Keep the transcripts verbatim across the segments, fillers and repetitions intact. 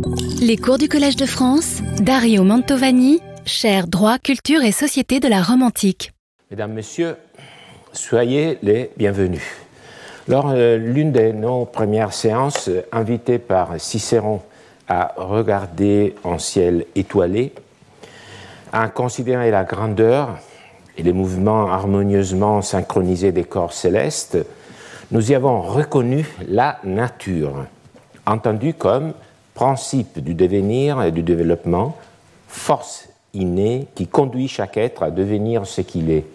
Les cours du Collège de France, Dario Mantovani, chaire Droit, Culture et Société de la Rome antique. Mesdames, Messieurs, soyez les bienvenus. Lors de l'une de nos premières séances, invité par Cicéron à regarder en ciel étoilé, à considérer la grandeur et les mouvements harmonieusement synchronisés des corps célestes, nous y avons reconnu la nature, entendue comme principe du devenir et du développement, force innée qui conduit chaque être à devenir ce qu'il est.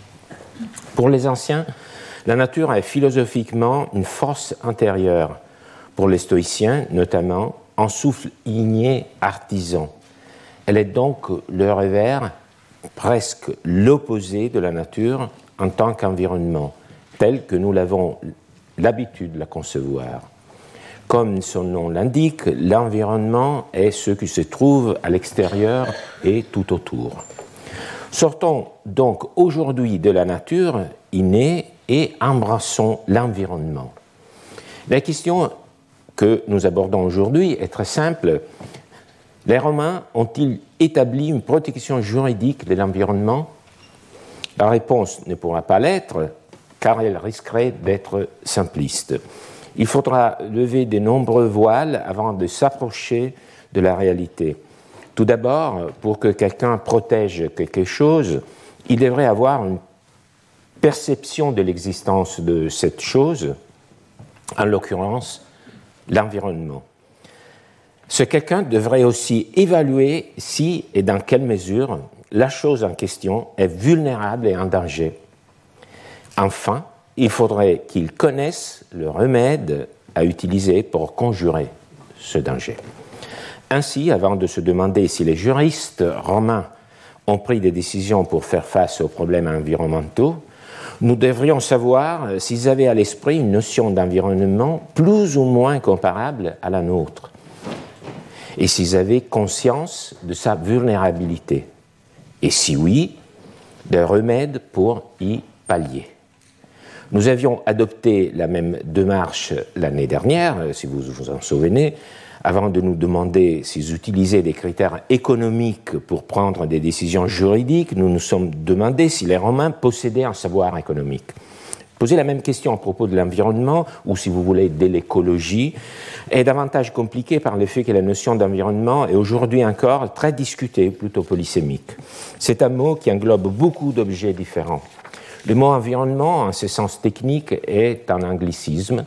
Pour les anciens, la nature est philosophiquement une force intérieure. Pour les stoïciens, notamment, un souffle igné artisan. Elle est donc le revers, presque l'opposé de la nature en tant qu'environnement, tel que nous l'avons l'habitude de la concevoir. Comme son nom l'indique, l'environnement est ce qui se trouve à l'extérieur et tout autour. Sortons donc aujourd'hui de la nature innée et embrassons l'environnement. La question que nous abordons aujourd'hui est très simple. Les Romains ont-ils établi une protection juridique de l'environnement ? La réponse ne pourra pas l'être, car elle risquerait d'être simpliste. Il faudra lever de nombreux voiles avant de s'approcher de la réalité. Tout d'abord, pour que quelqu'un protège quelque chose, il devrait avoir une perception de l'existence de cette chose, en l'occurrence l'environnement. Ce quelqu'un devrait aussi évaluer si et dans quelle mesure la chose en question est vulnérable et en danger. Enfin, il faudrait qu'il connaisse le remède à utiliser pour conjurer ce danger. Ainsi, avant de se demander si les juristes romains ont pris des décisions pour faire face aux problèmes environnementaux, nous devrions savoir s'ils avaient à l'esprit une notion d'environnement plus ou moins comparable à la nôtre, et s'ils avaient conscience de sa vulnérabilité, et si oui, des remèdes pour y pallier. Nous avions adopté la même démarche l'année dernière, si vous vous en souvenez, avant de nous demander s'ils utilisaient des critères économiques pour prendre des décisions juridiques. Nous nous sommes demandé si les Romains possédaient un savoir économique. Poser la même question à propos de l'environnement, ou si vous voulez de l'écologie, est davantage compliqué par le fait que la notion d'environnement est aujourd'hui encore très discutée, plutôt polysémique. C'est un mot qui englobe beaucoup d'objets différents. Le mot environnement, en ce sens technique, est un anglicisme.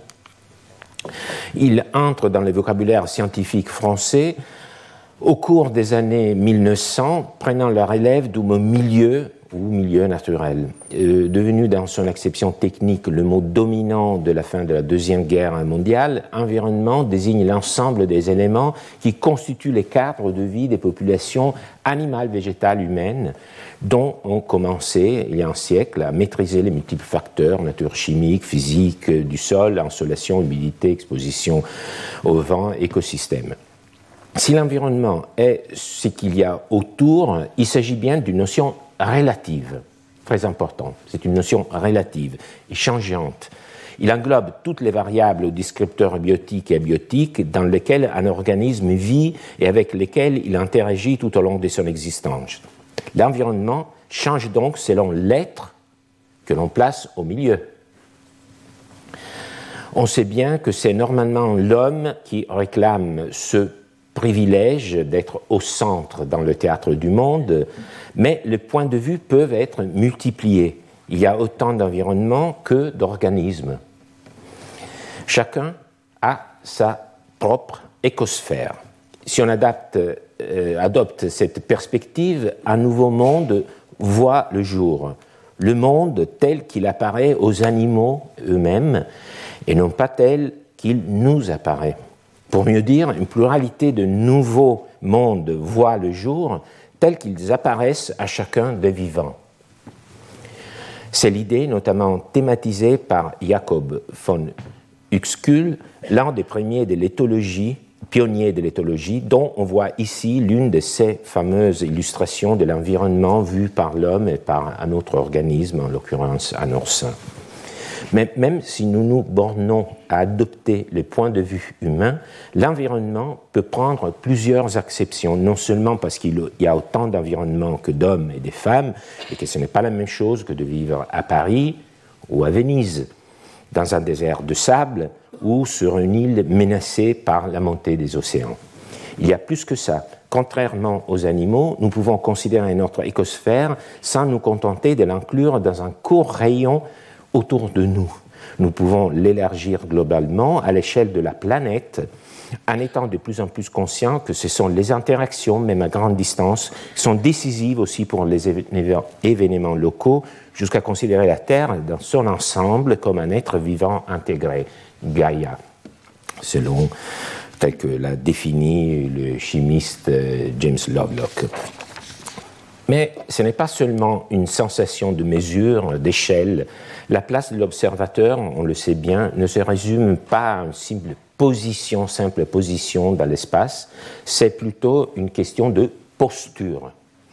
Il entre dans le vocabulaire scientifique français au cours des années mille neuf cents, prenant la relève du mot milieu ou milieu naturel. Euh, devenu dans son acception technique le mot dominant de la fin de la Deuxième Guerre mondiale, environnement désigne l'ensemble des éléments qui constituent les cadres de vie des populations animales, végétales, humaines, dont on commençait, il y a un siècle, à maîtriser les multiples facteurs, nature chimique, physique, du sol, insolation, humidité, exposition au vent, écosystème. Si l'environnement est ce qu'il y a autour, il s'agit bien d'une notion relative, très importante. C'est une notion relative et changeante. Il englobe toutes les variables ou descripteurs biotiques et abiotiques dans lesquels un organisme vit et avec lesquels il interagit tout au long de son existence. L'environnement change donc selon l'être que l'on place au milieu. On sait bien que c'est normalement l'homme qui réclame ce privilège d'être au centre dans le théâtre du monde, mais les points de vue peuvent être multipliés. Il y a autant d'environnements que d'organismes. Chacun a sa propre écosphère. Si on adapte, euh, adopte cette perspective, un nouveau monde voit le jour. Le monde tel qu'il apparaît aux animaux eux-mêmes et non pas tel qu'il nous apparaît. Pour mieux dire, une pluralité de nouveaux mondes voient le jour tels qu'ils apparaissent à chacun des vivants. C'est l'idée notamment thématisée par Jacob von Uexküll, l'un des premiers de l'éthologie, pionnier de l'éthologie, dont on voit ici l'une de ces fameuses illustrations de l'environnement vu par l'homme et par un autre organisme, en l'occurrence un oursin. Mais même si nous nous bornons à adopter le point de vue humain, l'environnement peut prendre plusieurs acceptions, non seulement parce qu'il y a autant d'environnements que d'hommes et de femmes, et que ce n'est pas la même chose que de vivre à Paris ou à Venise, dans un désert de sable ou sur une île menacée par la montée des océans. Il y a plus que ça. Contrairement aux animaux, nous pouvons considérer notre écosphère sans nous contenter de l'inclure dans un court rayon autour de nous. Nous pouvons l'élargir globalement à l'échelle de la planète en étant de plus en plus conscients que ce sont les interactions, même à grande distance, qui sont décisives aussi pour les événements locaux, jusqu'à considérer la Terre dans son ensemble comme un être vivant intégré, Gaïa, selon tel que l'a défini le chimiste James Lovelock. Mais ce n'est pas seulement une sensation de mesure, d'échelle. La place de l'observateur, on le sait bien, ne se résume pas à une simple position, simple position dans l'espace, c'est plutôt une question de posture.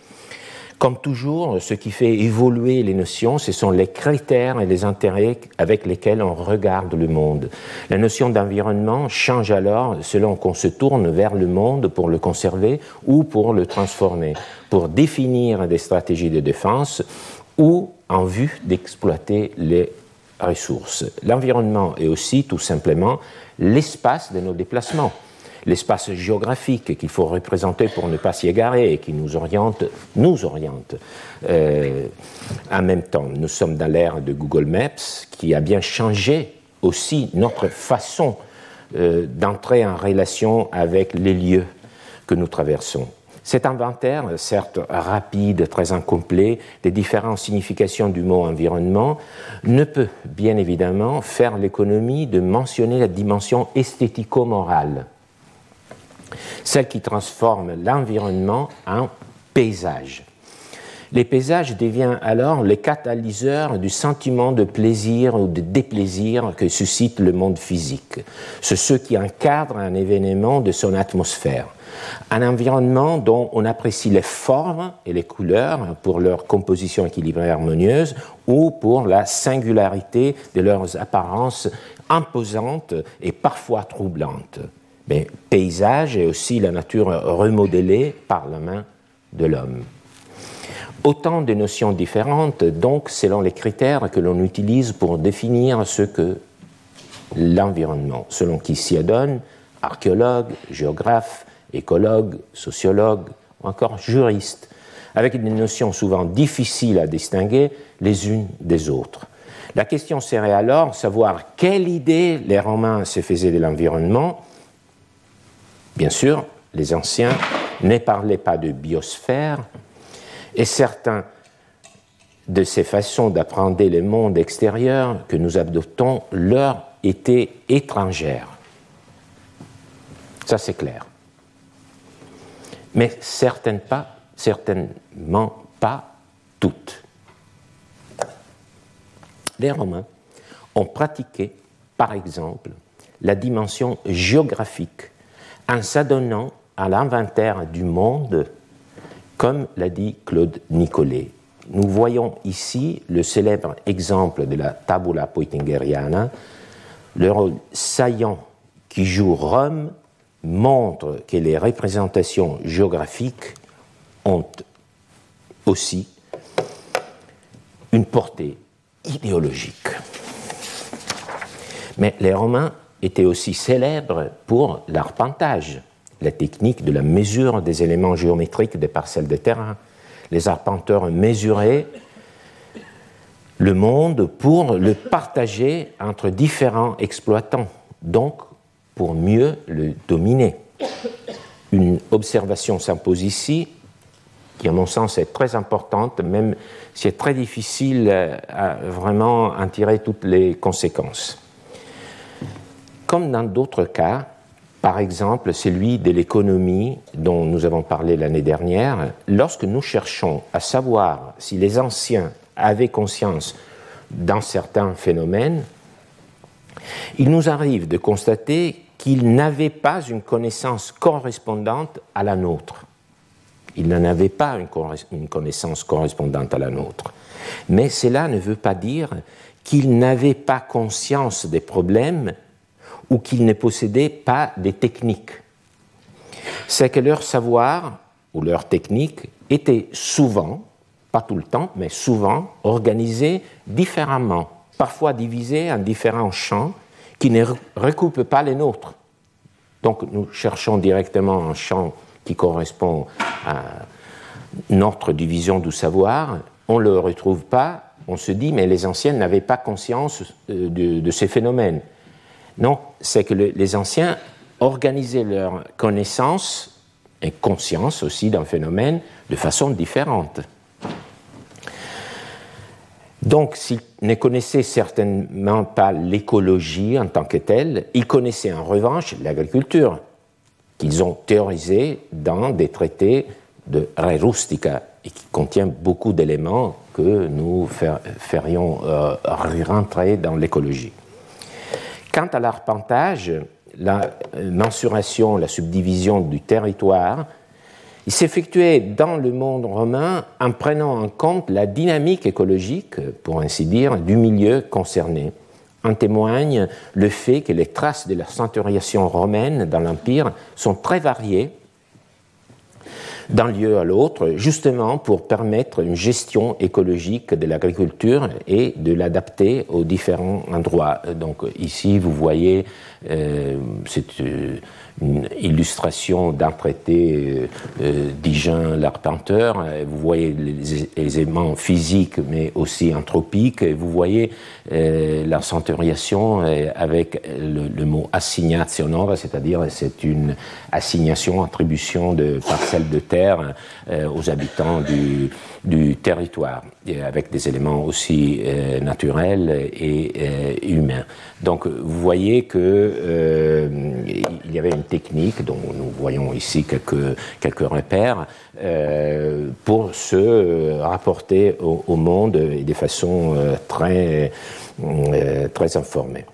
Comme toujours, ce qui fait évoluer les notions, ce sont les critères et les intérêts avec lesquels on regarde le monde. La notion d'environnement change alors selon qu'on se tourne vers le monde pour le conserver ou pour le transformer, pour définir des stratégies de défense ou en vue d'exploiter les ressources. L'environnement est aussi tout simplement l'espace de nos déplacements. L'espace géographique qu'il faut représenter pour ne pas s'y égarer et qui nous oriente, nous oriente. Euh, en même temps, nous sommes dans l'ère de Google Maps qui a bien changé aussi notre façon euh, d'entrer en relation avec les lieux que nous traversons. Cet inventaire, certes rapide, très incomplet, des différentes significations du mot environnement, ne peut bien évidemment faire l'économie de mentionner la dimension esthético-morale, celle qui transforme l'environnement en paysage. Les paysages deviennent alors les catalyseurs du sentiment de plaisir ou de déplaisir que suscite le monde physique. C'est ceux qui encadrent un événement de son atmosphère. Un environnement dont on apprécie les formes et les couleurs pour leur composition équilibrée et harmonieuse ou pour la singularité de leurs apparences imposantes et parfois troublantes. Mais paysage est aussi la nature remodelée par la main de l'homme. Autant de notions différentes, donc, selon les critères que l'on utilise pour définir ce que l'environnement, selon qui s'y adonne, archéologue, géographe, écologue, sociologue ou encore juriste, avec des notions souvent difficiles à distinguer les unes des autres. La question serait alors savoir quelle idée les Romains se faisaient de l'environnement. Bien sûr, les anciens ne parlaient pas de biosphère, et certains de ces façons d'apprendre le monde extérieur que nous adoptons leur étaient étrangères. Ça, c'est clair. Mais certaines pas, certainement pas toutes. Les Romains ont pratiqué, par exemple, la dimension géographique en s'adonnant à l'inventaire du monde, comme l'a dit Claude Nicolet. Nous voyons ici le célèbre exemple de la Tabula Peutingeriana. Le rôle saillant qui joue Rome montre que les représentations géographiques ont aussi une portée idéologique. Mais les Romains étaient aussi célèbres pour l'arpentage, la technique de la mesure des éléments géométriques des parcelles de terrain. Les arpenteurs mesuraient le monde pour le partager entre différents exploitants, donc pour mieux le dominer. Une observation s'impose ici, qui à mon sens est très importante, même si c'est très difficile à vraiment en tirer toutes les conséquences. Comme dans d'autres cas, par exemple celui de l'économie dont nous avons parlé l'année dernière, lorsque nous cherchons à savoir si les anciens avaient conscience d'un certain phénomène, il nous arrive de constater qu'ils n'avaient pas une connaissance correspondante à la nôtre. Ils n'en avaient pas une connaissance correspondante à la nôtre. Mais cela ne veut pas dire qu'ils n'avaient pas conscience des problèmes ou qu'ils ne possédaient pas des techniques. C'est que leur savoir ou leur technique était souvent, pas tout le temps, mais souvent organisé différemment, parfois divisé en différents champs qui ne recoupent pas les nôtres. Donc nous cherchons directement un champ qui correspond à notre division du savoir, on ne le retrouve pas, on se dit mais les anciens n'avaient pas conscience de, de ces phénomènes. Non, c'est que le, les anciens organisaient leur connaissance et conscience aussi d'un phénomène de façon différente. Donc, s'ils ne connaissaient certainement pas l'écologie en tant que telle, ils connaissaient en revanche l'agriculture, qu'ils ont théorisée dans des traités de Re Rustica, et qui contient beaucoup d'éléments que nous ferions euh, rentrer dans l'écologie. Quant à l'arpentage, la mensuration, la subdivision du territoire, il s'effectuait dans le monde romain en prenant en compte la dynamique écologique, pour ainsi dire, du milieu concerné. En témoigne le fait que les traces de la centuriation romaine dans l'Empire sont très variées d'un lieu à l'autre, justement pour permettre une gestion écologique de l'agriculture et de l'adapter aux différents endroits. Donc ici, vous voyez, euh, c'est une illustration d'un traité euh, d'Hygiène l'Arpenteur. Vous voyez les, les éléments physiques, mais aussi anthropiques. Et vous voyez euh, la centuriation avec le, le mot assignatio, c'est-à-dire c'est une assignation, attribution de parcelles de terre euh, aux habitants du, du territoire, et avec des éléments aussi euh, naturels et euh, humains. Donc vous voyez que euh, il y avait une technique dont nous voyons ici quelques, quelques repères euh, pour se rapporter au, au monde de façon euh, très, euh, très informée.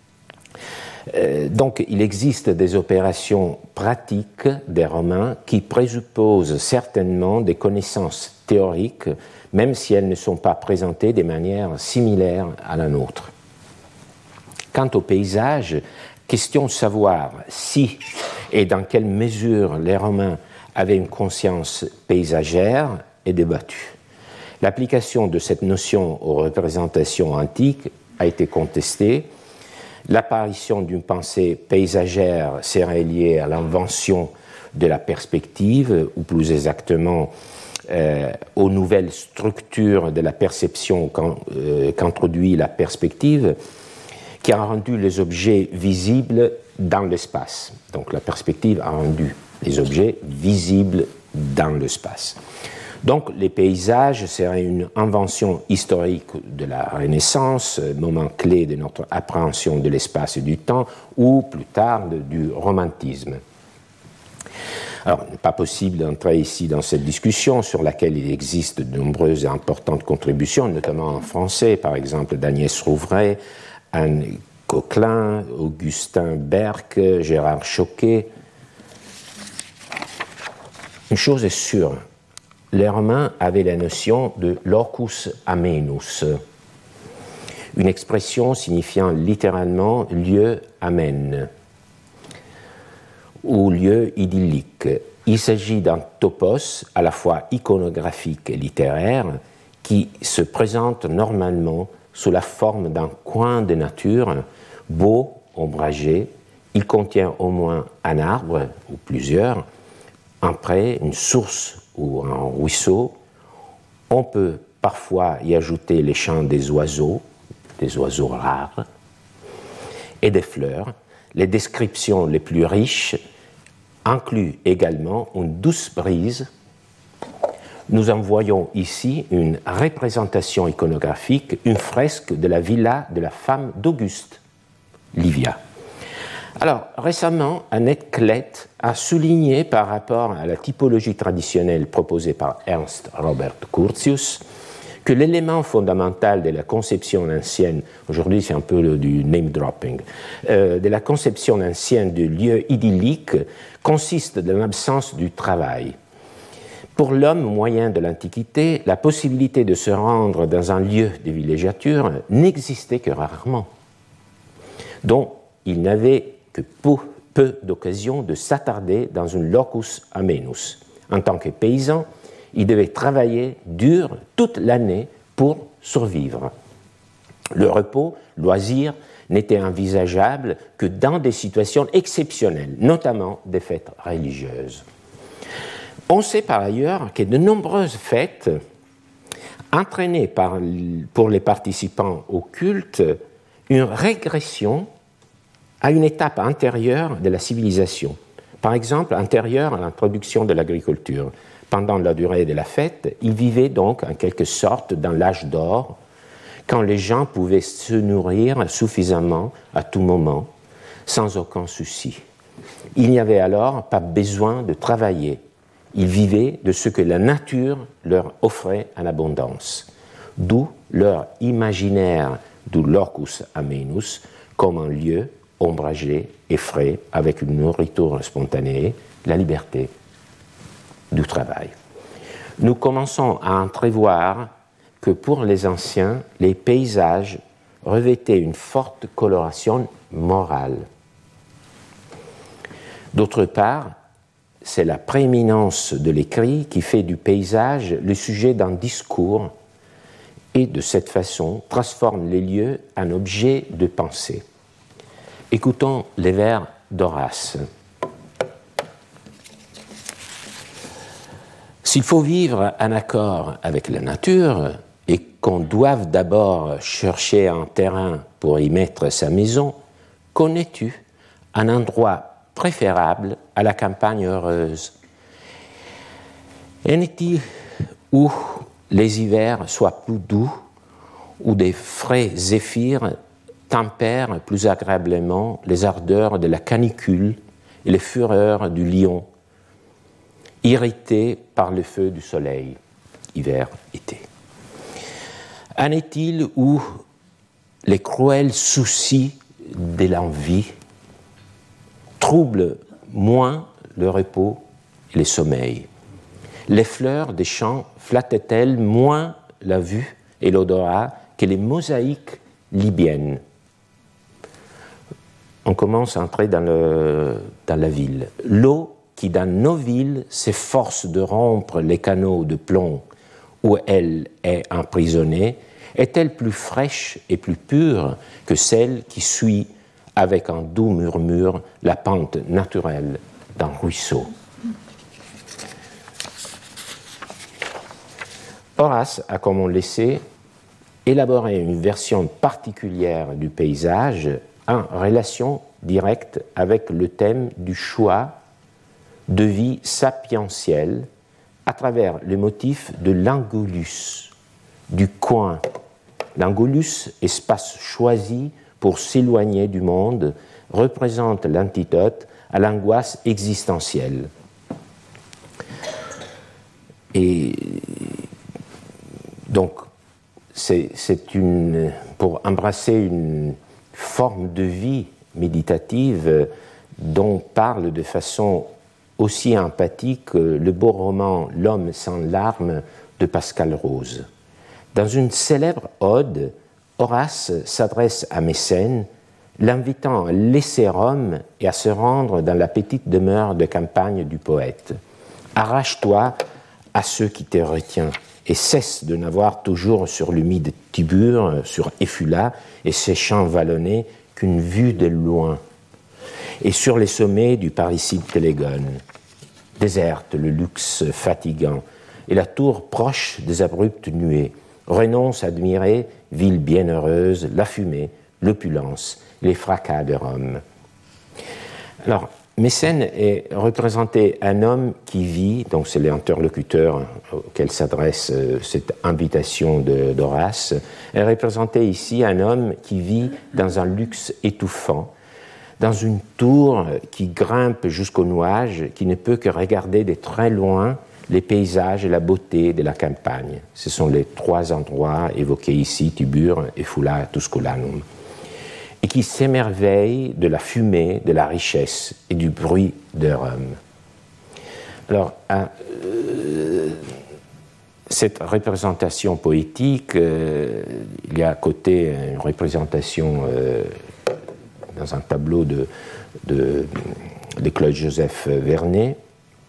Euh, donc il existe des opérations pratiques des Romains qui présupposent certainement des connaissances théoriques, même si elles ne sont pas présentées de manière similaire à la nôtre. Quant au paysage, question de savoir si et dans quelle mesure les Romains avaient une conscience paysagère est débattue. L'application de cette notion aux représentations antiques a été contestée. L'apparition d'une pensée paysagère serait liée à l'invention de la perspective, ou plus exactement euh, aux nouvelles structures de la perception euh, qu'introduit la perspective, qui a rendu les objets visibles dans l'espace. Donc la perspective a rendu les objets visibles dans l'espace. Donc les paysages seraient une invention historique de la Renaissance, moment clé de notre appréhension de l'espace et du temps, ou plus tard de, du romantisme. Alors, il n'est pas possible d'entrer ici dans cette discussion sur laquelle il existe de nombreuses et importantes contributions, notamment en français, par exemple d'Agnès Rouvray, Anne Coquelin, Augustin Berck, Gérard Choquet. Une chose est sûre, les Romains avaient la notion de locus amenus, une expression signifiant littéralement lieu amène ou lieu idyllique. Il s'agit d'un topos à la fois iconographique et littéraire qui se présente normalement sous la forme d'un coin de nature beau, ombragé. Il contient au moins un arbre ou plusieurs, un pré, une source ou un ruisseau. On peut parfois y ajouter les chants des oiseaux, des oiseaux rares, et des fleurs. Les descriptions les plus riches incluent également une douce brise. Nous en voyons ici une représentation iconographique, une fresque de la villa de la femme d'Auguste, Livia. Alors, récemment, Annette Klett a souligné par rapport à la typologie traditionnelle proposée par Ernst Robert Curtius que l'élément fondamental de la conception ancienne, aujourd'hui c'est un peu le, du name dropping, euh, de la conception ancienne du lieu idyllique consiste dans l'absence du travail. Pour l'homme moyen de l'Antiquité, la possibilité de se rendre dans un lieu de villégiature n'existait que rarement, dont il n'avait que peu, peu d'occasions de s'attarder dans une locus amenus. En tant que paysan, il devait travailler dur toute l'année pour survivre. Le repos, loisir, n'était envisageable que dans des situations exceptionnelles, notamment des fêtes religieuses. On sait par ailleurs que de nombreuses fêtes entraînaient par, pour les participants au culte une régression à une étape antérieure de la civilisation, par exemple antérieure à l'introduction de l'agriculture. Pendant la durée de la fête, ils vivaient donc en quelque sorte dans l'âge d'or, quand les gens pouvaient se nourrir suffisamment à tout moment, sans aucun souci. Il n'y avait alors pas besoin de travailler. Ils vivaient de ce que la nature leur offrait en abondance, d'où leur imaginaire du locus amenus comme un lieu ombragé et frais avec une nourriture spontanée, la liberté du travail. Nous commençons à entrevoir que pour les anciens, les paysages revêtaient une forte coloration morale. D'autre part, c'est la prééminence de l'écrit qui fait du paysage le sujet d'un discours et de cette façon transforme les lieux en objets de pensée. Écoutons les vers d'Horace. S'il faut vivre en accord avec la nature et qu'on doive d'abord chercher un terrain pour y mettre sa maison, connais-tu un endroit préférable à la campagne heureuse? En est-il où les hivers soient plus doux, où des frais zéphyrs tempèrent plus agréablement les ardeurs de la canicule et les fureurs du lion, irrités par le feu du soleil, hiver, été. En est-il où les cruels soucis de l'envie troublent moins le repos et le sommeil? Les fleurs des champs flattaient-elles moins la vue et l'odorat que les mosaïques libyennes? On commence à entrer dans, le, dans la ville. L'eau qui, dans nos villes, s'efforce de rompre les canaux de plomb où elle est emprisonnée, est-elle plus fraîche et plus pure que celle qui suit avec un doux murmure la pente naturelle d'un ruisseau? Horace a, comme on le sait, élaboré une version particulière du paysage en relation directe avec le thème du choix de vie sapientielle à travers le motif de l'angulus, du coin. L'angulus, espace choisi pour s'éloigner du monde, représente l'antidote à l'angoisse existentielle. Et donc, c'est, c'est une, pour embrasser une forme de vie méditative dont parle de façon aussi empathique le beau roman « L'homme sans larmes » de Pascal Rose. Dans une célèbre ode, Horace s'adresse à Mécène, l'invitant à laisser Rome et à se rendre dans la petite demeure de campagne du poète. « Arrache-toi à ceux qui te retiennent et cesse de n'avoir toujours sur l'humide Tibur, sur Effula et ses champs vallonnés qu'une vue de loin. Et sur les sommets du parricide Télégone, déserte le luxe fatigant, et la tour proche des abruptes nuées, renonce à admirer, ville bienheureuse, la fumée, l'opulence, les fracas de Rome. » Alors, Mécène est représenté un homme qui vit, donc c'est l'interlocuteur auquel s'adresse cette invitation de, d'Horace, est représenté ici un homme qui vit dans un luxe étouffant, dans une tour qui grimpe jusqu'aux nuages, qui ne peut que regarder de très loin les paysages et la beauté de la campagne. Ce sont les trois endroits évoqués ici, Tibur, Effula, Tusculanum, et qui s'émerveille de la fumée, de la richesse et du bruit de Rome. Alors, euh, cette représentation poétique, euh, il y a à côté une représentation euh, dans un tableau de, de, de Claude-Joseph Vernet.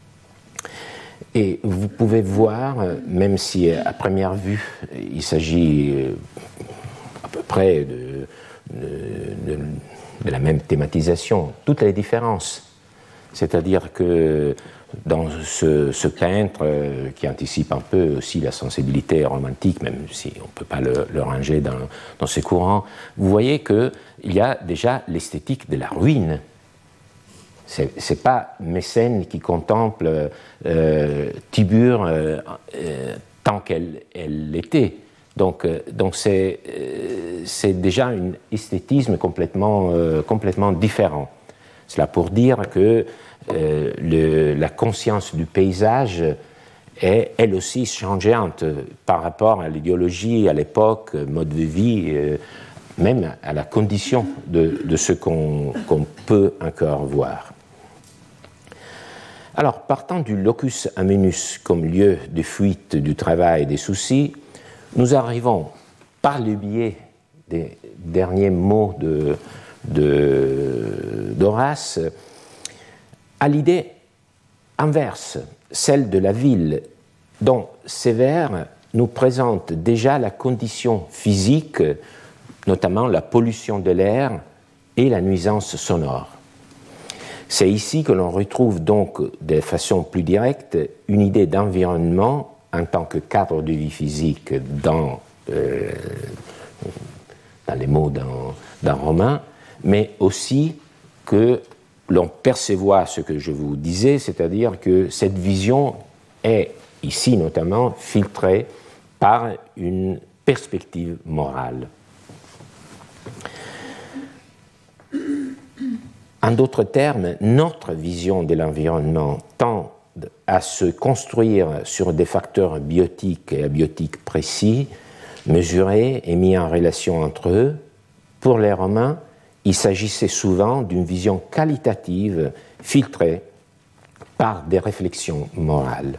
Et vous pouvez voir, même si à première vue, il s'agit à peu près de, de, de, de la même thématisation, toutes les différences. C'est-à-dire que dans ce, ce peintre euh, qui anticipe un peu aussi la sensibilité romantique, même si on ne peut pas le, le ranger dans, dans ces courants, vous voyez qu'il y a déjà l'esthétique de la ruine. Ce n'est pas Mécène qui contemple euh, Tibur euh, euh, tant qu'elle elle l'était. Donc, euh, donc c'est, euh, c'est déjà un esthétisme complètement, euh, complètement différent. Cela pour dire que euh, le, la conscience du paysage est elle aussi changeante par rapport à l'idéologie, à l'époque, mode de vie, euh, même à la condition de, de ce qu'on, qu'on peut encore voir. Alors, partant du locus amoenus comme lieu de fuite du travail et des soucis, nous arrivons, par le biais des derniers mots de, de, d'Horace, à l'idée inverse, celle de la ville, dont ces vers nous présentent déjà la condition physique, notamment la pollution de l'air et la nuisance sonore. C'est ici que l'on retrouve donc de façon plus directe une idée d'environnement en tant que cadre de vie physique dans, euh, dans les mots d'un, d'un roman, mais aussi que l'on percevoit ce que je vous disais, c'est-à-dire que cette vision est ici notamment filtrée par une perspective morale. En d'autres termes, notre vision de l'environnement tend à se construire sur des facteurs biotiques et abiotiques précis, mesurés et mis en relation entre eux. Pour les Romains, il s'agissait souvent d'une vision qualitative filtrée par des réflexions morales.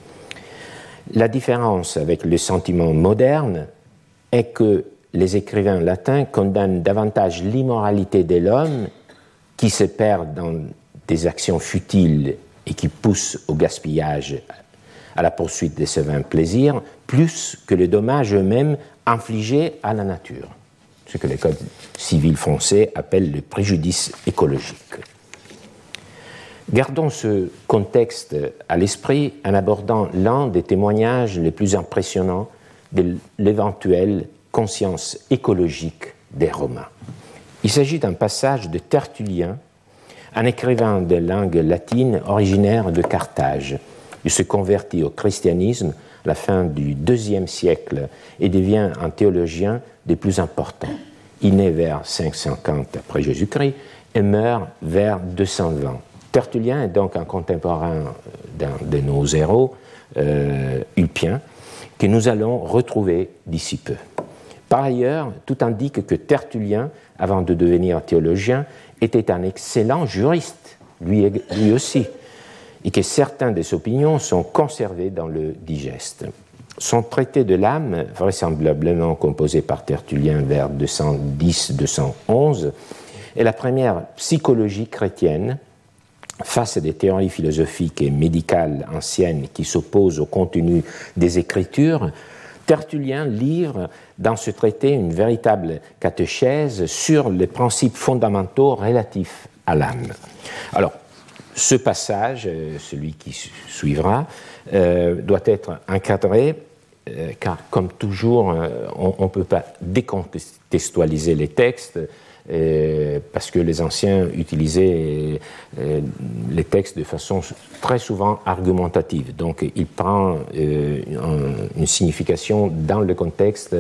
La différence avec le sentiment moderne est que les écrivains latins condamnent davantage l'immoralité de l'homme qui se perd dans des actions futiles et qui poussent au gaspillage, à la poursuite de ce vain plaisir, plus que les dommages eux-mêmes infligés à la nature, ce que les codes civils français appellent le préjudice écologique. Gardons ce contexte à l'esprit en abordant l'un des témoignages les plus impressionnants de l'éventuelle conscience écologique des Romains. Il s'agit d'un passage de Tertullien, un écrivain de langue latine originaire de Carthage. Il se convertit au christianisme à la fin du deuxième siècle et devient un théologien des plus importants. Il naît vers cinq cent cinquante après Jésus-Christ et meurt vers deux cent vingt. Tertullien est donc un contemporain d'un de nos héros, euh, Ulpien, que nous allons retrouver d'ici peu. Par ailleurs, tout indique que Tertullien, avant de devenir théologien, était un excellent juriste, lui, lui aussi, et que certaines de ses opinions sont conservées dans le Digeste. Son traité de l'âme, vraisemblablement composé par Tertullien vers deux cent dix à deux cent onze, est la première psychologie chrétienne face à des théories philosophiques et médicales anciennes qui s'opposent au contenu des Écritures. Tertullien livre dans ce traité une véritable catéchèse sur les principes fondamentaux relatifs à l'âme. Alors, ce passage, celui qui suivra, euh, doit être encadré, euh, car comme toujours, euh, on ne peut pas décontextualiser les textes, euh, parce que les anciens utilisaient euh, les textes de façon très souvent argumentative. Donc il prend euh, un, une signification dans le contexte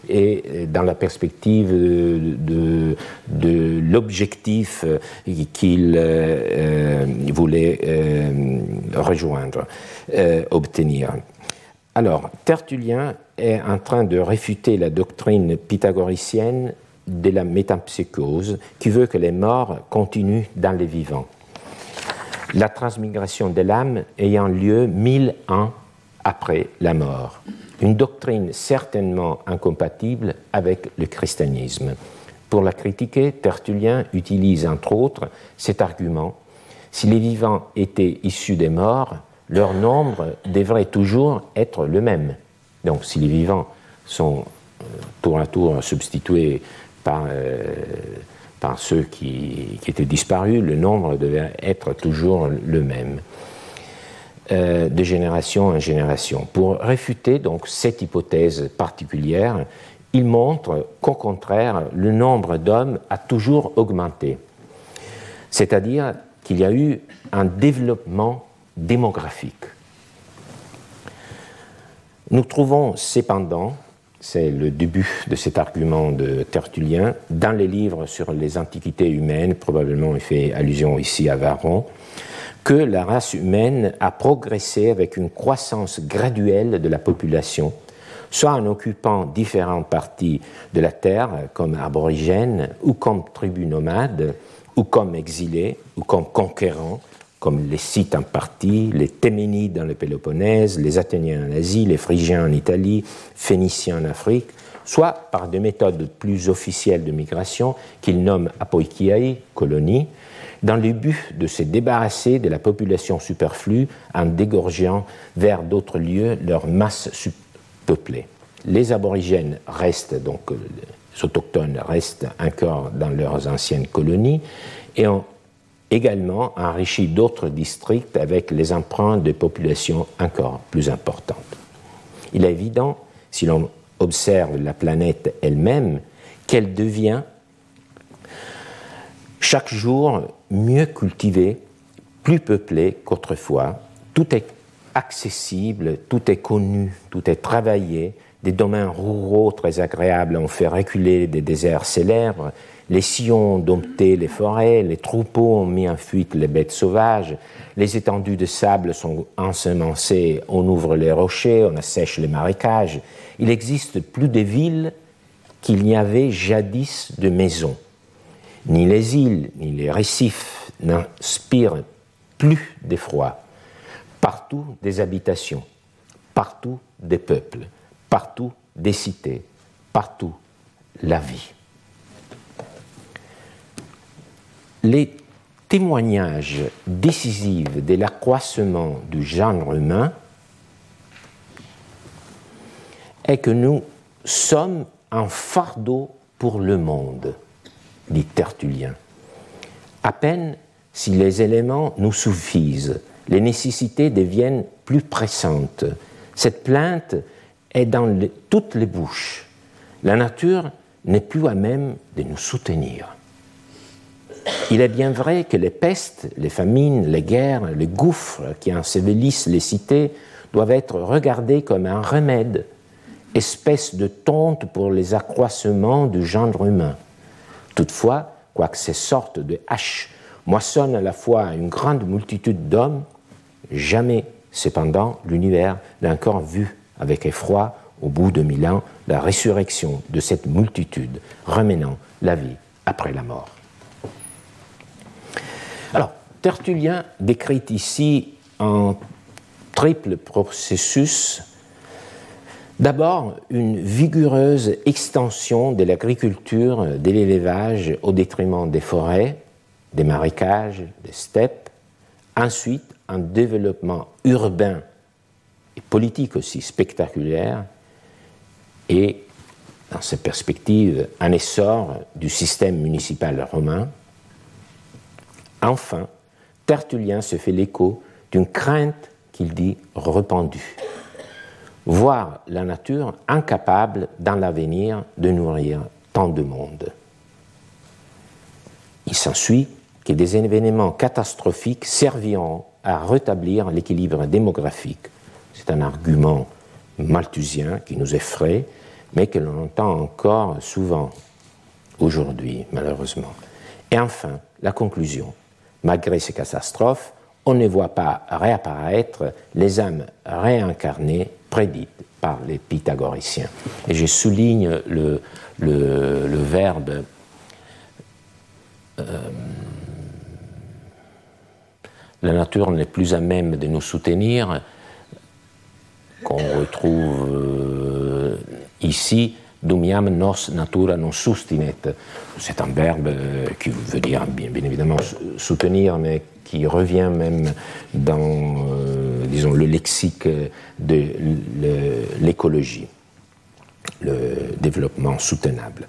et dans la perspective de, de, de l'objectif qu'il euh, voulait euh, rejoindre, euh, obtenir. Alors, Tertullien est en train de réfuter la doctrine pythagoricienne de la métempsychose qui veut que les morts continuent dans les vivants. La transmigration de l'âme ayant lieu mille ans après la mort. Une doctrine certainement incompatible avec le christianisme. Pour la critiquer, Tertullien utilise entre autres cet argument: si les vivants étaient issus des morts, leur nombre devrait toujours être le même. Donc si les vivants sont euh, tour à tour substitués par, euh, par ceux qui, qui étaient disparus, le nombre devait être toujours le même. Euh, de génération en génération. Pour réfuter donc cette hypothèse particulière, il montre qu'au contraire, le nombre d'hommes a toujours augmenté. C'est-à-dire qu'il y a eu un développement démographique. Nous trouvons cependant, c'est le début de cet argument de Tertullien, dans les livres sur les antiquités humaines, probablement il fait allusion ici à Varron, que la race humaine a progressé avec une croissance graduelle de la population, soit en occupant différentes parties de la terre, comme aborigènes, ou comme tribus nomades, ou comme exilés, ou comme conquérants, comme les Scythes en partie, les Théménides dans le Péloponnèse, les Athéniens en Asie, les Phrygiens en Italie, Phéniciens en Afrique, soit par des méthodes plus officielles de migration qu'il nomme apoikiai, colonies, dans le but de se débarrasser de la population superflue en dégorgeant vers d'autres lieux leur masse peuplée. Les aborigènes restent, donc les autochtones restent encore dans leurs anciennes colonies et ont également enrichi d'autres districts avec les empreintes de populations encore plus importantes. Il est évident, si l'on observe la planète elle-même, qu'elle devient chaque jour mieux cultivée, plus peuplée qu'autrefois. Tout est accessible, tout est connu, tout est travaillé. Des domaines ruraux très agréables ont fait reculer des déserts célèbres. Les sillons ont dompté les forêts, les troupeaux ont mis en fuite les bêtes sauvages, les étendues de sable sont ensemencées, on ouvre les rochers, on assèche les marécages. Il existe plus de villes qu'il n'y avait jadis de maisons. Ni les îles, ni les récifs n'inspirent plus d'effroi. Partout des habitations, partout des peuples, partout des cités, partout la vie. Les témoignages décisifs de l'accroissement du genre humain est que nous sommes un fardeau pour le monde, dit Tertullien. À peine si les éléments nous suffisent, les nécessités deviennent plus pressantes. Cette plainte est dans le, toutes les bouches. La nature n'est plus à même de nous soutenir. Il est bien vrai que les pestes, les famines, les guerres, les gouffres qui ensevelissent les cités doivent être regardés comme un remède, espèce de tonte pour les accroissements du genre humain. Toutefois, quoique ces sortes de haches moissonnent à la fois une grande multitude d'hommes, jamais, cependant, l'univers n'a encore vu avec effroi, au bout de mille ans, la résurrection de cette multitude, ramenant la vie après la mort. Alors, Tertullien décrit ici un triple processus. D'abord, une vigoureuse extension de l'agriculture, de l'élevage au détriment des forêts, des marécages, des steppes. Ensuite, un développement urbain et politique aussi spectaculaire. Et, dans cette perspective, un essor du système municipal romain. Enfin, Tertullien se fait l'écho d'une crainte qu'il dit répandue. Voir la nature incapable dans l'avenir de nourrir tant de monde. Il s'ensuit que des événements catastrophiques serviront à rétablir l'équilibre démographique. C'est un argument malthusien qui nous effraie, mais que l'on entend encore souvent aujourd'hui, malheureusement. Et enfin, la conclusion. Malgré ces catastrophes, on ne voit pas réapparaître les âmes réincarnées prédites par les pythagoriciens. Et je souligne le, le, le verbe euh, la nature n'est plus à même de nous soutenir qu'on retrouve euh, ici, dumiam nos natura non sustinet. C'est un verbe euh, qui veut dire bien, bien évidemment soutenir, mais qui revient même dans, euh, disons, le lexique de l'écologie, le développement soutenable.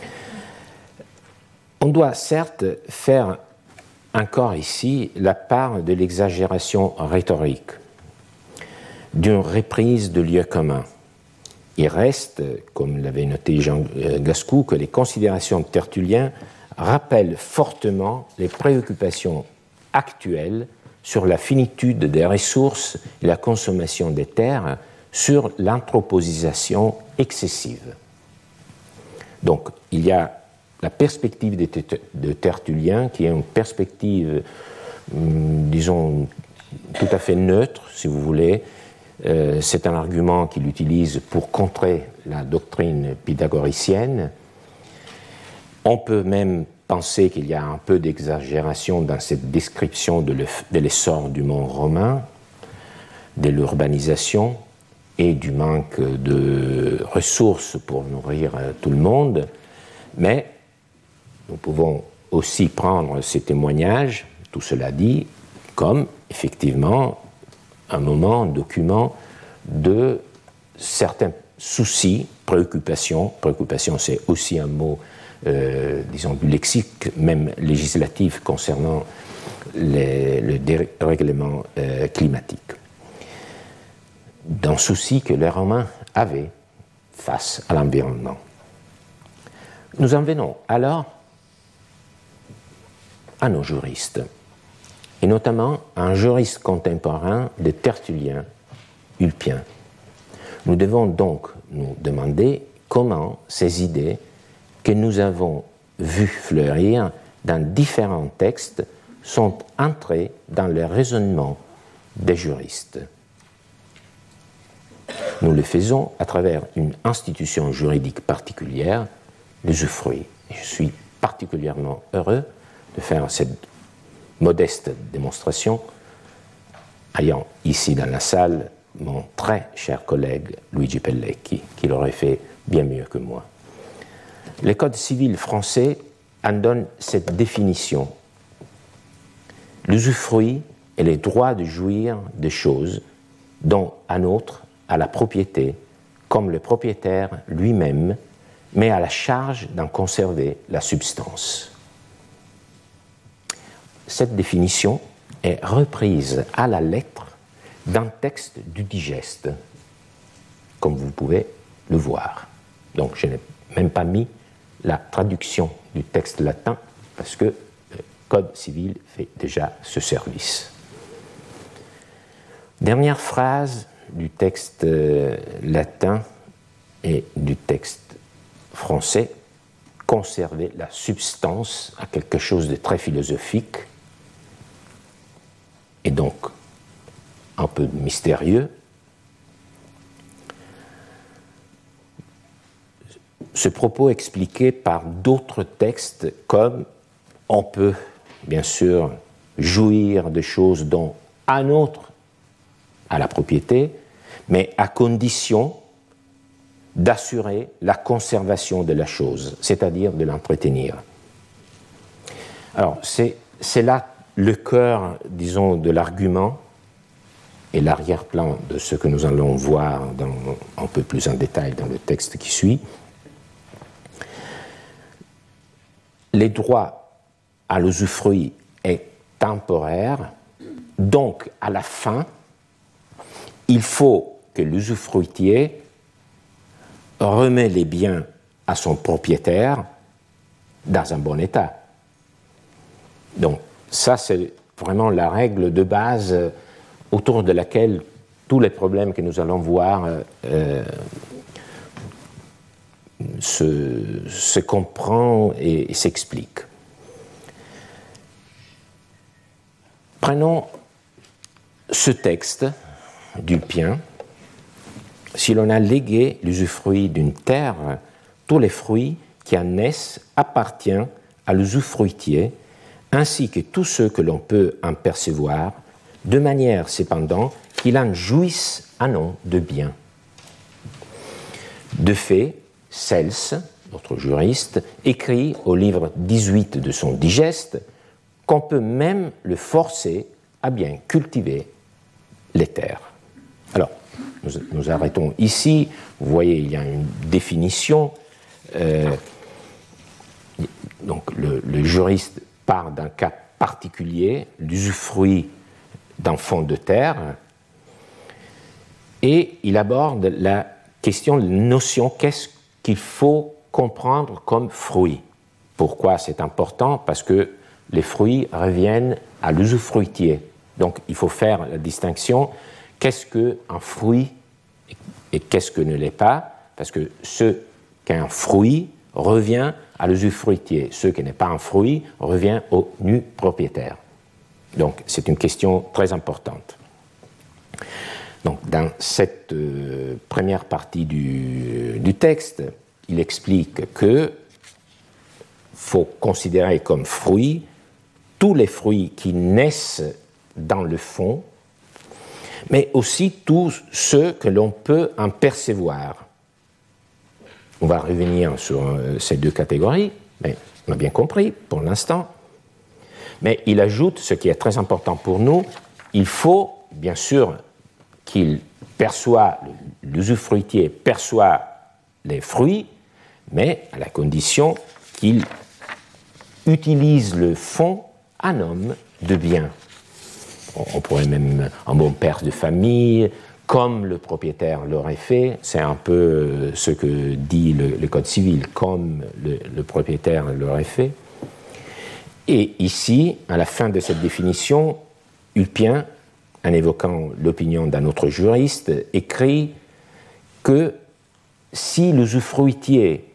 On doit certes faire encore ici la part de l'exagération rhétorique, d'une reprise de lieux communs. Il reste, comme l'avait noté Jean Gascou, que les considérations de Tertullien rappellent fortement les préoccupations actuelles sur la finitude des ressources et la consommation des terres, sur l'anthroposisation excessive. Donc, il y a la perspective de Tertullien, qui est une perspective, disons, tout à fait neutre, si vous voulez. Euh, c'est un argument qu'il utilise pour contrer la doctrine pythagoricienne. On peut même penser qu'il y a un peu d'exagération dans cette description de l'essor du monde romain, de l'urbanisation et du manque de ressources pour nourrir tout le monde, mais nous pouvons aussi prendre ces témoignages, tout cela dit, comme effectivement un moment, un document de certains soucis, préoccupations. Préoccupation, c'est aussi un mot, euh, disons, du lexique, même législatif, concernant les, le dérèglement euh, climatique. D'un souci que les Romains avaient face à l'environnement. Nous en venons alors à nos juristes, et notamment à un juriste contemporain de Tertullien, Ulpien. Nous devons donc nous demander comment ces idées que nous avons vues fleurir dans différents textes sont entrées dans le raisonnement des juristes. Nous le faisons à travers une institution juridique particulière, l'usufruit. Je suis particulièrement heureux de faire cette modeste démonstration, ayant ici dans la salle mon très cher collègue Luigi Pellecchi, qui l'aurait fait bien mieux que moi. Le Code civil français en donne cette définition. L'usufruit est le droit de jouir de choses dont un autre a la propriété, comme le propriétaire lui-même, mais à la charge d'en conserver la substance. Cette définition est reprise à la lettre d'un texte du Digeste, comme vous pouvez le voir. Donc je n'ai même pas mis la traduction du texte latin, parce que le Code civil fait déjà ce service. Dernière phrase du texte euh, latin et du texte français: conserver la substance à quelque chose de très philosophique et donc un peu mystérieux. Ce propos expliqué par d'autres textes comme on peut bien sûr jouir de choses dont un autre a la propriété, mais à condition d'assurer la conservation de la chose, c'est-à-dire de l'entretenir. Alors, c'est, c'est là le cœur, disons, de l'argument et l'arrière-plan de ce que nous allons voir dans, un peu plus en détail dans le texte qui suit. Les droits à l'usufruit est temporaire, donc à la fin, il faut que l'usufruitier remet les biens à son propriétaire dans un bon état. Donc ça, c'est vraiment la règle de base autour de laquelle tous les problèmes que nous allons voir euh, se, se comprend et, et s'explique. Prenons ce texte d'Ulpien. Si l'on a légué l'usufruit d'une terre, tous les fruits qui en naissent appartiennent à l'usufruitier, ainsi que tous ceux que l'on peut en percevoir, de manière cependant qu'il en jouisse un nom de bien. De fait, Cels, notre juriste, écrit au livre dix-huit de son digeste qu'on peut même le forcer à bien cultiver les terres. Alors, nous, nous arrêtons ici. Vous voyez, il y a une définition. Euh, donc, le, le juriste part d'un cas particulier, l'usufruit d'un fond de terre, et il aborde la question, la notion, qu'est-ce qu'il faut comprendre comme fruit. Pourquoi c'est important? Parce que les fruits reviennent à l'usufruitier. Donc, il faut faire la distinction, qu'est-ce qu'un fruit et qu'est-ce que ne l'est pas, parce que ce qu'est un fruit revient à l'usufruitier, ce qui n'est pas un fruit revient au nu propriétaire. Donc, c'est une question très importante. Donc, dans cette euh, première partie du, du texte, il explique que faut considérer comme fruits tous les fruits qui naissent dans le fond, mais aussi tous ceux que l'on peut en percevoir. On va revenir sur euh, ces deux catégories, mais on a bien compris pour l'instant. Mais il ajoute, ce qui est très important pour nous, il faut bien sûr qu'il perçoit, l'usufruitier perçoit les fruits, mais à la condition qu'il utilise le fond en homme de bien. On pourrait même, un bon père de famille, comme le propriétaire l'aurait fait, c'est un peu ce que dit le, le Code civil, comme le, le propriétaire l'aurait fait. Et ici, à la fin de cette définition, Ulpien, en évoquant l'opinion d'un autre juriste, écrit que si l'usufruitier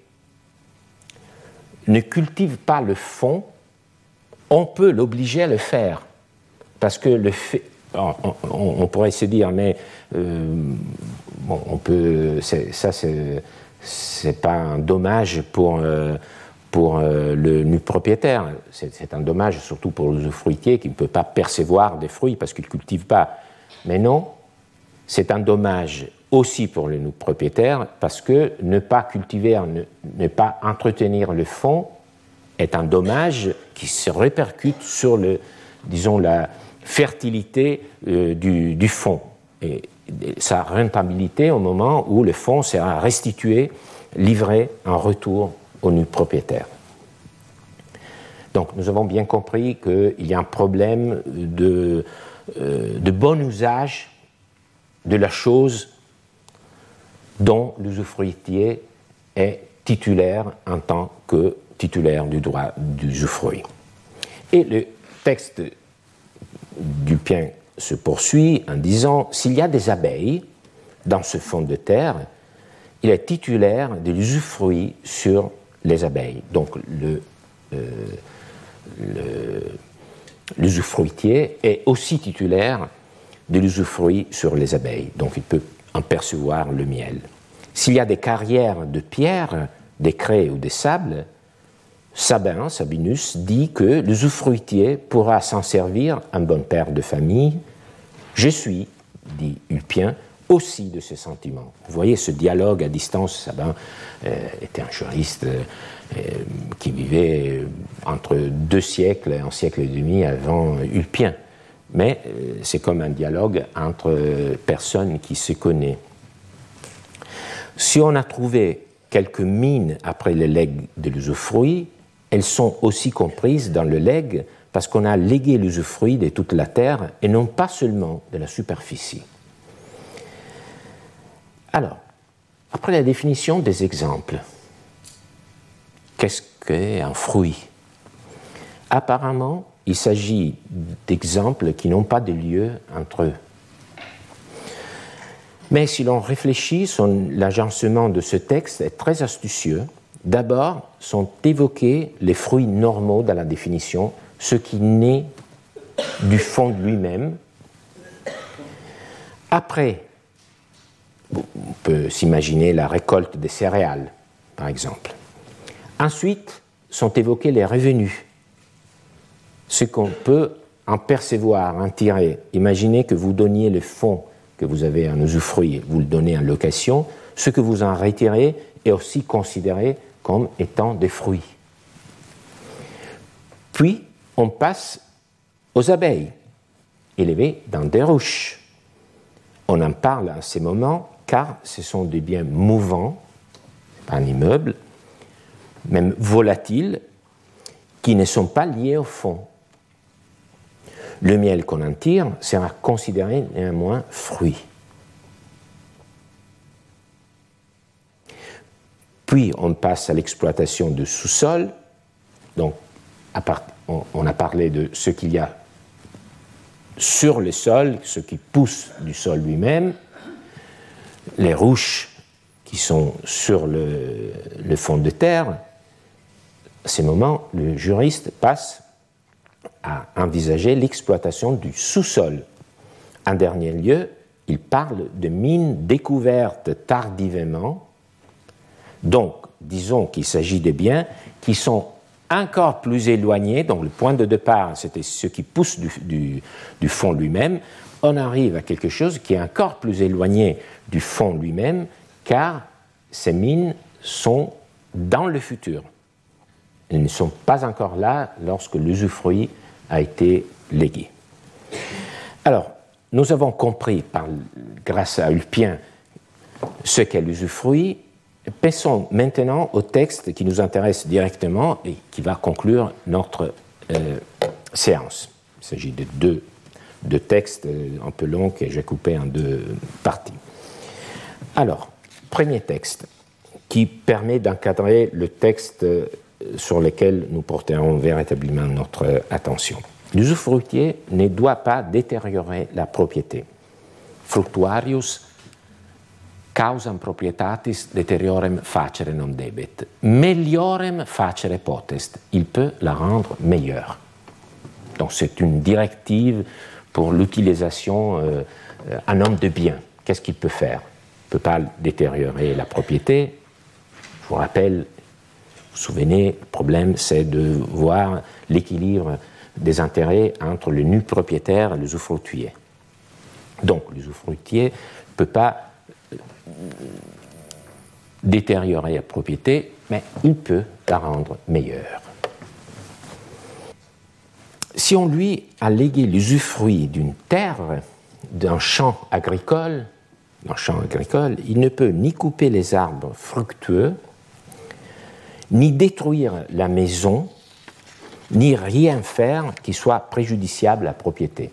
ne cultive pas le fond, on peut l'obliger à le faire. Parce que le fait, on, on, on pourrait se dire, mais euh, bon, on peut, c'est, ça, c'est, c'est pas un dommage pour, euh, pour euh, le nu propriétaire. C'est, c'est un dommage surtout pour l'usufruitier qui ne peut pas percevoir des fruits parce qu'il ne cultive pas. Mais non, c'est un dommage aussi pour le nu propriétaire parce que ne pas cultiver, ne, ne pas entretenir le fond est un dommage qui se répercute sur le, disons, la fertilité euh, du, du fonds et, et sa rentabilité au moment où le fonds sera restitué, livré en retour au nu propriétaire. Donc nous avons bien compris qu'il y a un problème de, euh, de bon usage de la chose dont l'usufruitier est titulaire en tant que titulaire du droit d'usufruit. Et le texte d'Ulpien se poursuit en disant « S'il y a des abeilles dans ce fond de terre, il est titulaire de l'usufruit sur les abeilles. » Donc le, euh, le, l'usufruitier est aussi titulaire de l'usufruit sur les abeilles. Donc il peut en percevoir le miel. S'il y a des carrières de pierre, des craies ou des sables, Sabin, Sabinus, dit que l'usufruitier pourra s'en servir, un bon père de famille. Je suis, dit Ulpien, aussi de ce sentiment. Vous voyez ce dialogue à distance. Sabin euh, était un juriste euh, qui vivait entre deux siècles, un siècle et demi avant Ulpien. Mais euh, c'est comme un dialogue entre personnes qui se connaissent. Si on a trouvé quelques mines après le legs de l'usufruit, elles sont aussi comprises dans le legs parce qu'on a légué l'usufruit de toute la terre et non pas seulement de la superficie. Alors, après la définition des exemples, qu'est-ce qu'est un fruit? Apparemment, il s'agit d'exemples qui n'ont pas de lieu entre eux. Mais si l'on réfléchit, son, l'agencement de ce texte est très astucieux. D'abord, sont évoqués les fruits normaux dans la définition, ce qui naît du fond de lui-même. Après, on peut s'imaginer la récolte des céréales, par exemple. Ensuite, sont évoqués les revenus, ce qu'on peut en percevoir, en tirer. Imaginez que vous donniez le fond que vous avez en usufruit, vous le donnez en location, ce que vous en retirez est aussi considéré comme étant des fruits. Puis, on passe aux abeilles, élevées dans des ruches. On en parle à ces moments car ce sont des biens mouvants, pas un immeuble, même volatiles, qui ne sont pas liés au fond. Le miel qu'on en tire sera considéré néanmoins fruit. Puis on passe à l'exploitation de sous-sol. Donc, à part, on, on a parlé de ce qu'il y a sur le sol, ce qui pousse du sol lui-même, les ruches qui sont sur le, le fond de terre. À ces moments, le juriste passe à envisager l'exploitation du sous-sol. En dernier lieu, il parle de mines découvertes tardivement. Donc, disons qu'il s'agit de biens qui sont encore plus éloignés. Donc, le point de départ, c'était ce qui pousse du, du, du fond lui-même. On arrive à quelque chose qui est encore plus éloigné du fond lui-même, car ces mines sont dans le futur. Elles ne sont pas encore là lorsque l'usufruit a été légué. Alors, nous avons compris, par, grâce à Ulpien, ce qu'est l'usufruit. Passons maintenant au texte qui nous intéresse directement et qui va conclure notre euh, séance. Il s'agit de deux, deux textes un peu longs que j'ai coupés en deux parties. Alors, premier texte qui permet d'encadrer le texte sur lequel nous porterons véritablement notre attention. L'usufruitier ne doit pas détériorer la propriété. Fructuarius causam proprietatis deteriorem facere non debet. Meliorem facere potest. Il peut la rendre meilleure. Donc c'est une directive pour l'utilisation euh, un homme de bien. Qu'est-ce qu'il peut faire? Il ne peut pas détériorer la propriété. Je vous rappelle, vous vous souvenez, le problème c'est de voir l'équilibre des intérêts entre le nu propriétaire et l'usufruitier. Donc l'usufruitier ne peut pas détériorer la propriété, mais il peut la rendre meilleure. Si on lui a légué l'usufruit d'une terre, d'un champ agricole, d'un champ agricole, il ne peut ni couper les arbres fructueux, ni détruire la maison, ni rien faire qui soit préjudiciable à la propriété.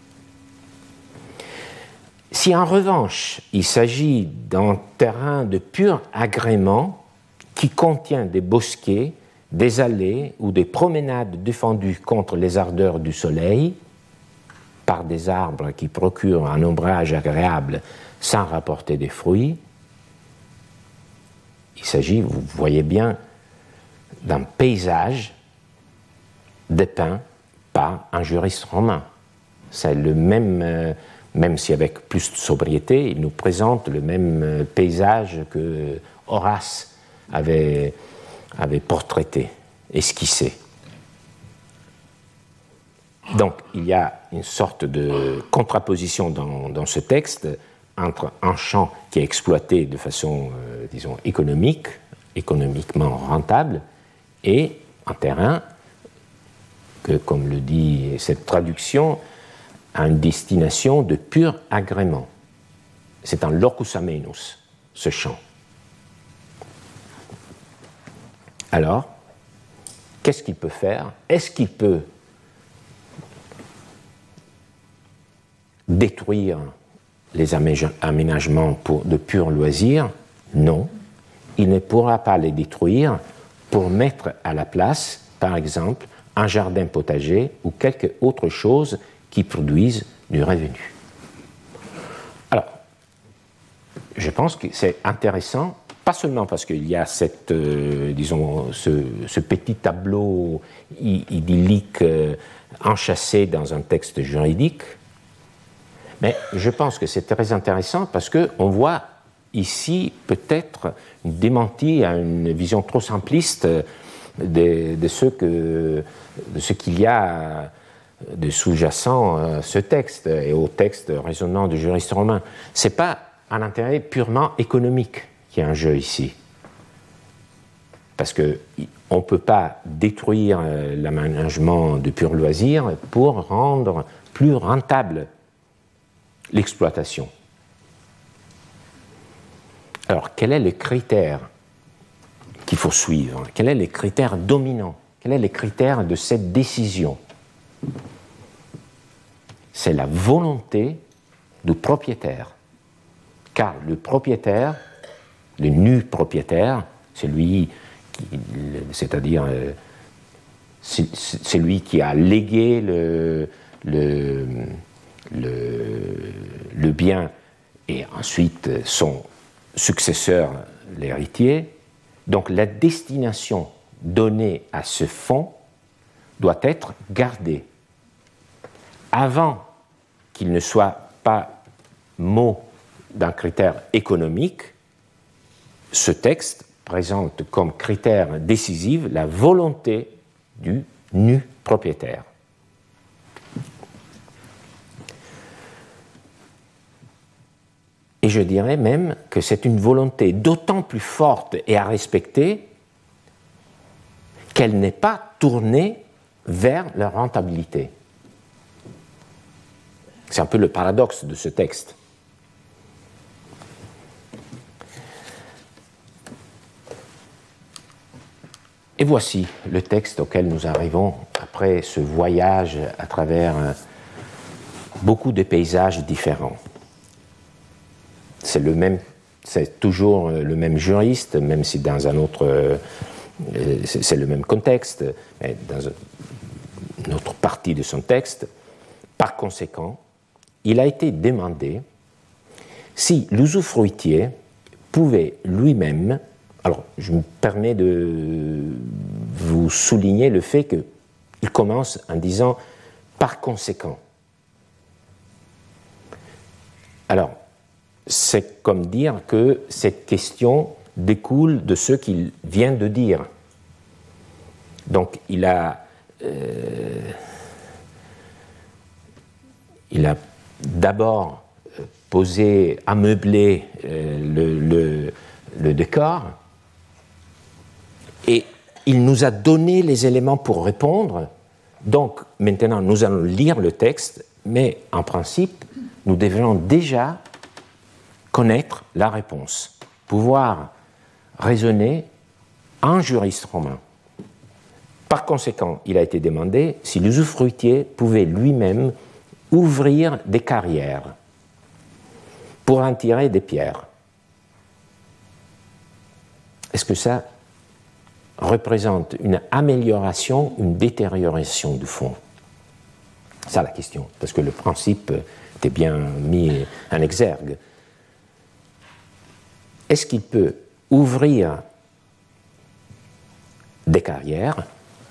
Si en revanche il s'agit d'un terrain de pur agrément qui contient des bosquets, des allées ou des promenades défendues contre les ardeurs du soleil par des arbres qui procurent un ombrage agréable sans rapporter des fruits, il s'agit, vous voyez bien, d'un paysage dépeint par un juriste romain. C'est le même... Euh, Même si avec plus de sobriété, il nous présente le même paysage que Horace avait, avait portraité, esquissé. Donc, il y a une sorte de contraposition dans, dans ce texte entre un champ qui est exploité de façon, euh, disons, économique, économiquement rentable, et un terrain que, comme le dit cette traduction, à une destination de pur agrément. C'est un locus amenus, ce champ. Alors, qu'est-ce qu'il peut faire? Est-ce qu'il peut détruire les aménagements pour de pur loisir? Non. Il ne pourra pas les détruire pour mettre à la place, par exemple, un jardin potager ou quelque autre chose qui produisent du revenu. Alors, je pense que c'est intéressant, pas seulement parce qu'il y a cette, euh, disons, ce, ce petit tableau idyllique euh, enchâssé dans un texte juridique, mais je pense que c'est très intéressant parce qu'on voit ici peut-être une démentie à une vision trop simpliste de, de ce que, de ce qu'il y a de sous-jacent à ce texte et au texte raisonnant du juriste romain. Ce n'est pas un intérêt purement économique qui est en jeu ici. Parce qu'on ne peut pas détruire l'aménagement de pur loisir pour rendre plus rentable l'exploitation. Alors, quel est le critère qu'il faut suivre? Quel est le critère dominant? Quel est le critère de cette décision? C'est la volonté du propriétaire. Car le propriétaire, le nu propriétaire, celui qui, c'est-à-dire euh, celui qui a légué le, le, le, le bien et ensuite son successeur, l'héritier, donc la destination donnée à ce fonds doit être gardée avant qu'il ne soit pas mot d'un critère économique. Ce texte présente comme critère décisif la volonté du nu propriétaire. Et je dirais même que c'est une volonté d'autant plus forte et à respecter qu'elle n'est pas tournée vers la rentabilité. C'est un peu le paradoxe de ce texte. Et voici le texte auquel nous arrivons après ce voyage à travers beaucoup de paysages différents. C'est le même, c'est toujours le même juriste, même si dans un autre, c'est le même contexte, mais dans une autre partie de son texte. Par conséquent, il a été demandé si l'usufruitier pouvait lui-même. Alors, je me permets de vous souligner le fait qu'il commence en disant « par conséquent ». Alors, c'est comme dire que cette question découle de ce qu'il vient de dire. Donc, il a, euh, il a d'abord posé, ameublé euh, le, le, le décor, et il nous a donné les éléments pour répondre. Donc, maintenant, nous allons lire le texte, mais en principe, nous devrions déjà connaître la réponse, pouvoir raisonner en juriste romain. Par conséquent, il a été demandé si l'usufruitier pouvait lui-même ouvrir des carrières pour en tirer des pierres. Est-ce que ça représente une amélioration, une détérioration du fond? C'est ça la question, parce que le principe était bien mis en exergue. Est-ce qu'il peut ouvrir des carrières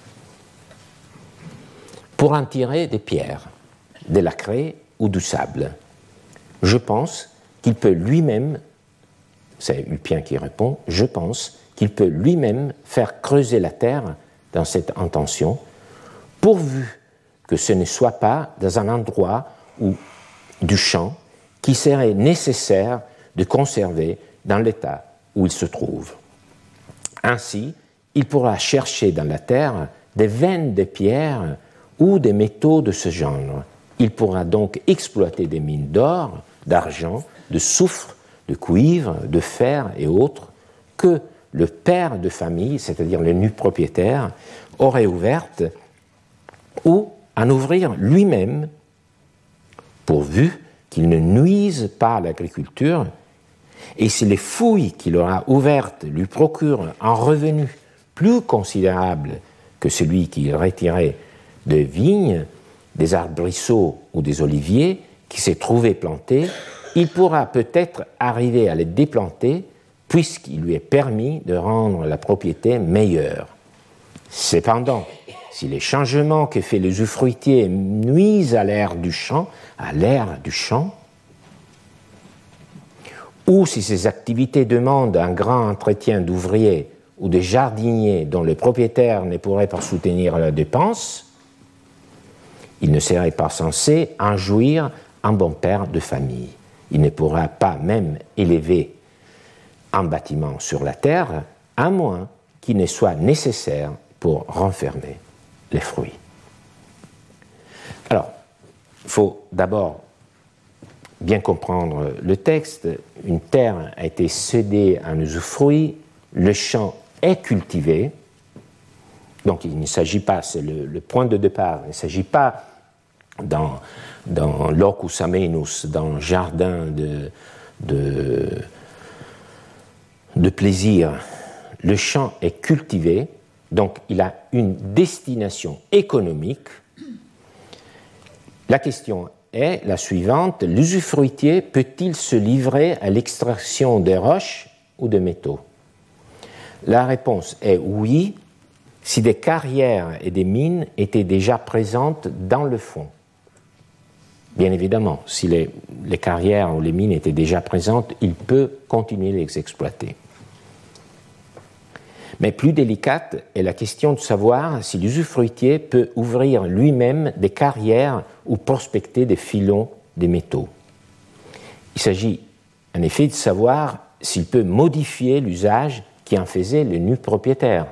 pour en tirer des pierres, de la craie ou du sable? Je pense qu'il peut lui-même, c'est Ulpien qui répond, je pense qu'il peut lui-même faire creuser la terre dans cette intention, pourvu que ce ne soit pas dans un endroit où, du champ qui serait nécessaire de conserver dans l'état où il se trouve. Ainsi, il pourra chercher dans la terre des veines de pierre ou des métaux de ce genre. Il pourra donc exploiter des mines d'or, d'argent, de soufre, de cuivre, de fer et autres que le père de famille, c'est-à-dire le nu propriétaire, aurait ouvertes, ou en ouvrir lui-même, pourvu qu'il ne nuise pas à l'agriculture. Et si les fouilles qu'il aura ouvertes lui procurent un revenu plus considérable que celui qu'il retirait des vignes, des arbrisseaux ou des oliviers qui s'est trouvé plantés, il pourra peut-être arriver à les déplanter puisqu'il lui est permis de rendre la propriété meilleure. Cependant, si les changements que fait l'usufruitier nuisent à l'air du champ, à l'air du champ, ou si ces activités demandent un grand entretien d'ouvriers ou de jardiniers dont le propriétaire ne pourrait pas soutenir la dépense, Il ne serait pas censé en jouir un bon père de famille. Il ne pourra pas même élever un bâtiment sur la terre, à moins qu'il ne soit nécessaire pour renfermer les fruits. Alors, il faut d'abord bien comprendre le texte. Une terre a été cédée à un usufruit, le champ est cultivé, donc il ne s'agit pas, c'est le, le point de départ, il ne s'agit pas dans, dans locus amenus, dans le jardin de, de, de plaisir. Le champ est cultivé, donc il a une destination économique. La question est la suivante: l'usufruitier peut-il se livrer à l'extraction des roches ou des métaux? La réponse est oui, si des carrières et des mines étaient déjà présentes dans le fond. Bien évidemment, si les, les carrières ou les mines étaient déjà présentes, il peut continuer de les exploiter. Mais plus délicate est la question de savoir si l'usufruitier peut ouvrir lui-même des carrières ou prospecter des filons des métaux. Il s'agit en effet de savoir s'il peut modifier l'usage qui en faisait le nu propriétaire,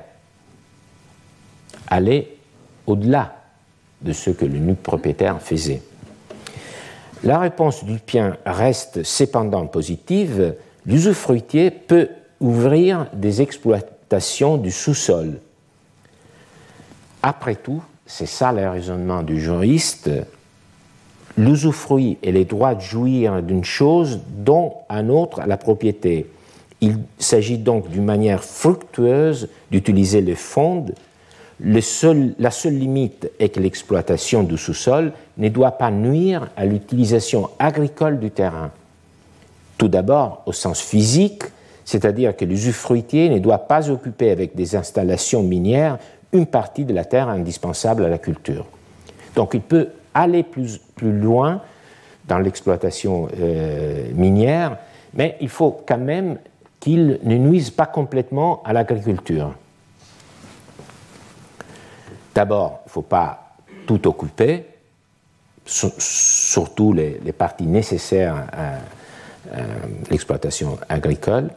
aller au-delà de ce que le nu propriétaire faisait. La réponse d'Ulpien reste cependant positive. L'usufruitier peut ouvrir des exploitations du sous-sol. Après tout, c'est ça le raisonnement du juriste. L'usufruit est le droit de jouir d'une chose dont un autre a la propriété. Il s'agit donc d'une manière fructueuse d'utiliser les fonds. Le seul, la seule limite est que l'exploitation du sous-sol ne doit pas nuire à l'utilisation agricole du terrain. Tout d'abord, au sens physique, c'est-à-dire que l'usufruitier ne doit pas occuper avec des installations minières une partie de la terre indispensable à la culture. Donc il peut aller plus, plus loin dans l'exploitation euh, minière, mais il faut quand même qu'il ne nuise pas complètement à l'agriculture. D'abord, il ne faut pas tout occuper, surtout les, les parties nécessaires à, à l'exploitation agricole.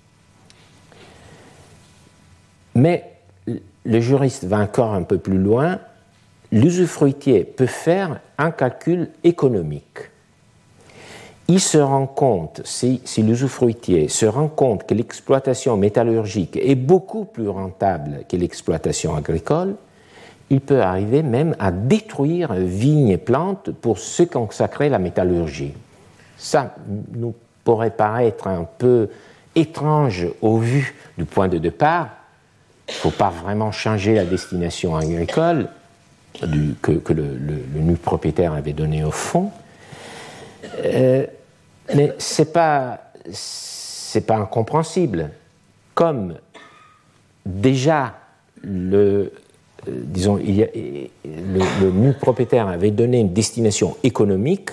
Mais le juriste va encore un peu plus loin. L'usufruitier peut faire un calcul économique. Il se rend compte, si, si l'usufruitier se rend compte que l'exploitation métallurgique est beaucoup plus rentable que l'exploitation agricole, il peut arriver même à détruire vignes et plantes pour se consacrer à la métallurgie. Ça nous pourrait paraître un peu étrange au vu du point de départ. Il ne faut pas vraiment changer la destination agricole du, que, que le, le, le nu propriétaire avait donné au fond. Euh, mais ce n'est pas, c'est pas incompréhensible. Comme déjà le... disons, il y a, le, le nu propriétaire avait donné une destination économique,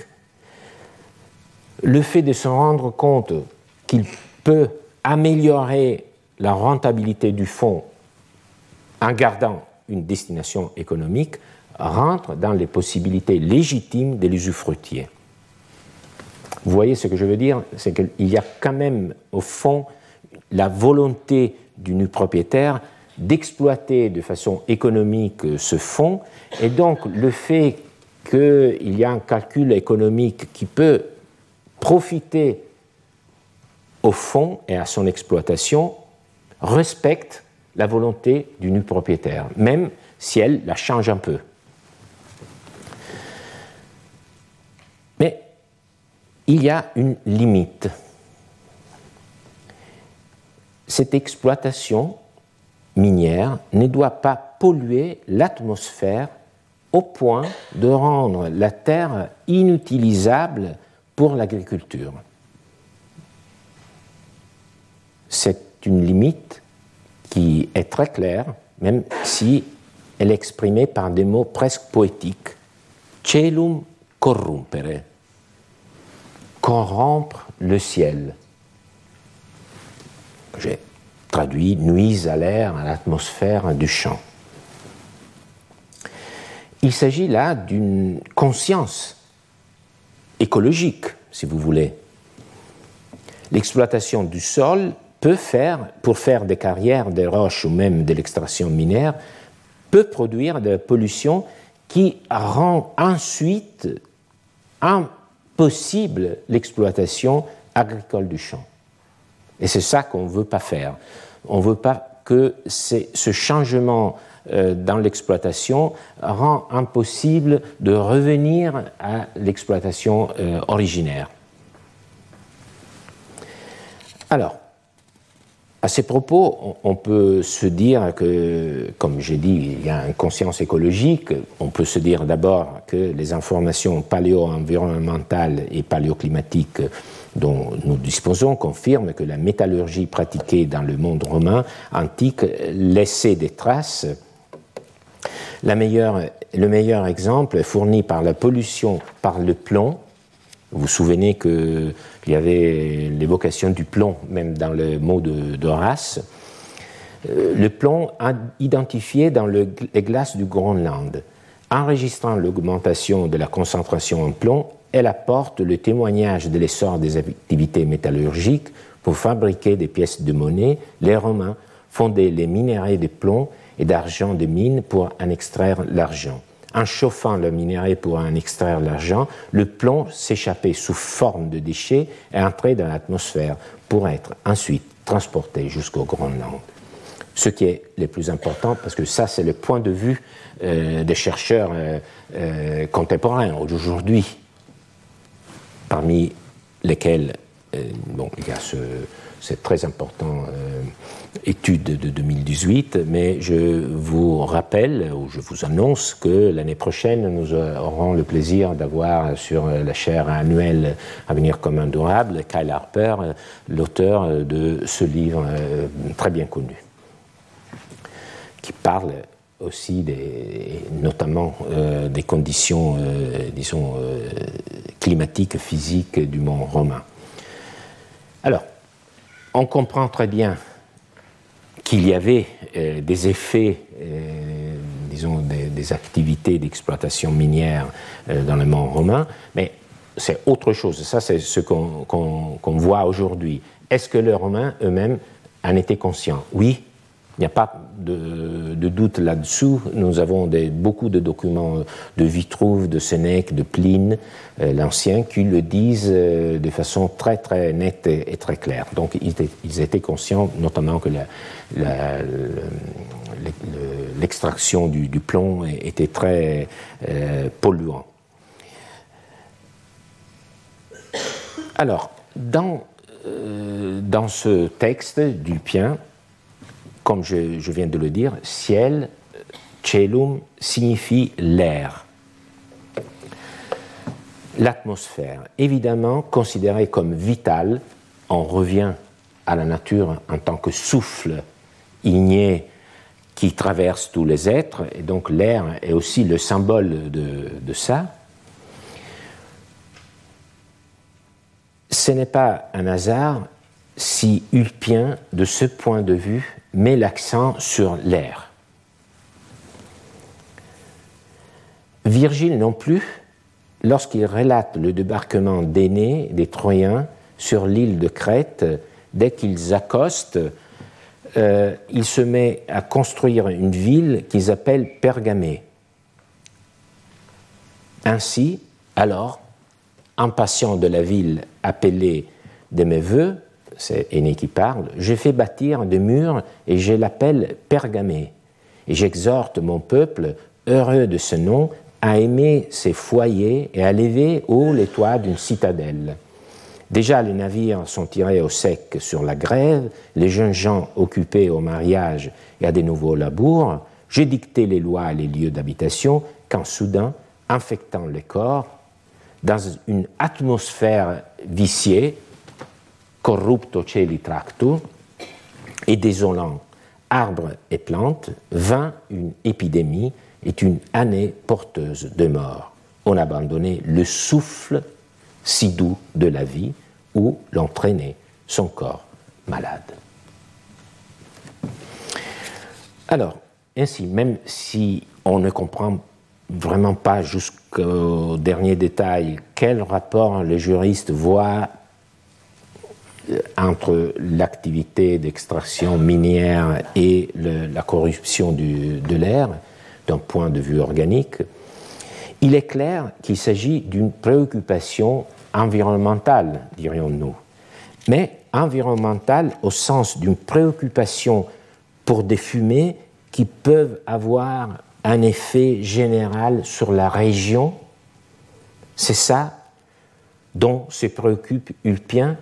le fait de se rendre compte qu'il peut améliorer la rentabilité du fonds en gardant une destination économique rentre dans les possibilités légitimes de l'usufruitier. Vous voyez ce que je veux dire? C'est qu'il y a quand même, au fond, la volonté du nu propriétaire d'exploiter de façon économique ce fonds, et donc le fait qu'il y a un calcul économique qui peut profiter au fonds et à son exploitation respecte la volonté du nu propriétaire, même si elle la change un peu. Mais il y a une limite. Cette exploitation minière ne doit pas polluer l'atmosphère au point de rendre la terre inutilisable pour l'agriculture. C'est une limite qui est très claire, même si elle est exprimée par des mots presque poétiques. Celum corrumpere, corrompre le ciel. J'ai traduit nuise à l'air, à l'atmosphère du champ. il s'agit là d'une conscience écologique, si vous voulez. L'exploitation du sol peut faire, pour faire des carrières, des roches ou même de l'extraction minière, peut produire de la pollution qui rend ensuite impossible l'exploitation agricole du champ. Et c'est ça qu'on ne veut pas faire. On ne veut pas que ce changement euh, dans l'exploitation rend impossible de revenir à l'exploitation euh, originaire. Alors, à ces propos, on peut se dire que, comme j'ai dit, il y a une conscience écologique. On peut se dire d'abord que les informations paléo-environnementales et paléoclimatiques dont nous disposons confirment que la métallurgie pratiquée dans le monde romain antique laissait des traces. La meilleure, le meilleur exemple est fourni par la pollution par le plomb. Vous vous souvenez qu'il y avait l'évocation du plomb, même dans le mot de, d'Horace. Le plomb identifié dans le, les glaces du Groenland. Enregistrant l'augmentation de la concentration en plomb, elle apporte le témoignage de l'essor des activités métallurgiques pour fabriquer des pièces de monnaie. Les Romains fondaient les minerais de plomb et d'argent de mine pour en extraire l'argent. En chauffant le minerai pour en extraire l'argent, le plomb s'échappait sous forme de déchets et entrait dans l'atmosphère pour être ensuite transporté jusqu'au Groenland. Ce qui est le plus important, parce que ça, c'est le point de vue euh, des chercheurs euh, euh, contemporains aujourd'hui, parmi lesquels euh, bon, il y a ce, cette très importante euh, étude de deux mille dix-huit, mais je vous rappelle, ou je vous annonce que l'année prochaine, nous aurons le plaisir d'avoir sur la chaire annuelle Avenir commun durable, Kyle Harper, l'auteur de ce livre euh, très bien connu, qui parle aussi des, notamment euh, des conditions, euh, disons, euh, climatiques, physiques du monde romain. Alors, on comprend très bien qu'il y avait euh, des effets, euh, disons, des, des activités d'exploitation minière euh, dans le monde romain, mais c'est autre chose. Ça, c'est ce qu'on, qu'on, qu'on voit aujourd'hui. Est-ce que les Romains eux-mêmes en étaient conscients? Oui. Il n'y a pas de, de doute là-dessous. Nous avons des, beaucoup de documents de Vitruve, de Sénèque, de Pline, euh, l'Ancien, qui le disent euh, de façon très très nette et, et très claire. Donc ils étaient, ils étaient conscients notamment que la, la, le, le, l'extraction du, du plomb était très euh, polluant. Alors, dans, euh, dans ce texte d'Ulpien, comme je, je viens de le dire, ciel, celum, signifie l'air. L'atmosphère, évidemment considérée comme vitale, on revient à la nature en tant que souffle igné qui traverse tous les êtres, et donc l'air est aussi le symbole de, de ça. Ce n'est pas un hasard si Ulpien, de ce point de vue, met l'accent sur l'air. Virgile non plus, lorsqu'il relate le débarquement d'Énée, des Troyens, sur l'île de Crète, dès qu'ils accostent, euh, il se met à construire une ville qu'ils appellent Pergamée. Ainsi, alors, impatient de la ville appelée de mes voeux, c'est Énée qui parle, j'ai fait bâtir des murs et je l'appelle Pergamée. Et j'exhorte mon peuple, heureux de ce nom, à aimer ses foyers et à lever haut les toits d'une citadelle. Déjà les navires sont tirés au sec sur la grève, les jeunes gens occupés au mariage et à des nouveaux labours. J'ai dicté les lois et les lieux d'habitation quand soudain, infectant les corps, dans une atmosphère viciée, corrupto celi tractu, et désolant arbres et plantes, vint une épidémie et une année porteuse de mort. On abandonnait le souffle si doux de la vie où l'on traînait son corps malade. Alors, ainsi, même si on ne comprend vraiment pas jusqu'au dernier détail quel rapport les juristes voient entre l'activité d'extraction minière et le, la corruption du, de l'air, d'un point de vue organique, il est clair qu'il s'agit d'une préoccupation environnementale, dirions-nous, mais environnementale au sens d'une préoccupation pour des fumées qui peuvent avoir un effet général sur la région. C'est ça dont se préoccupe Ulpien,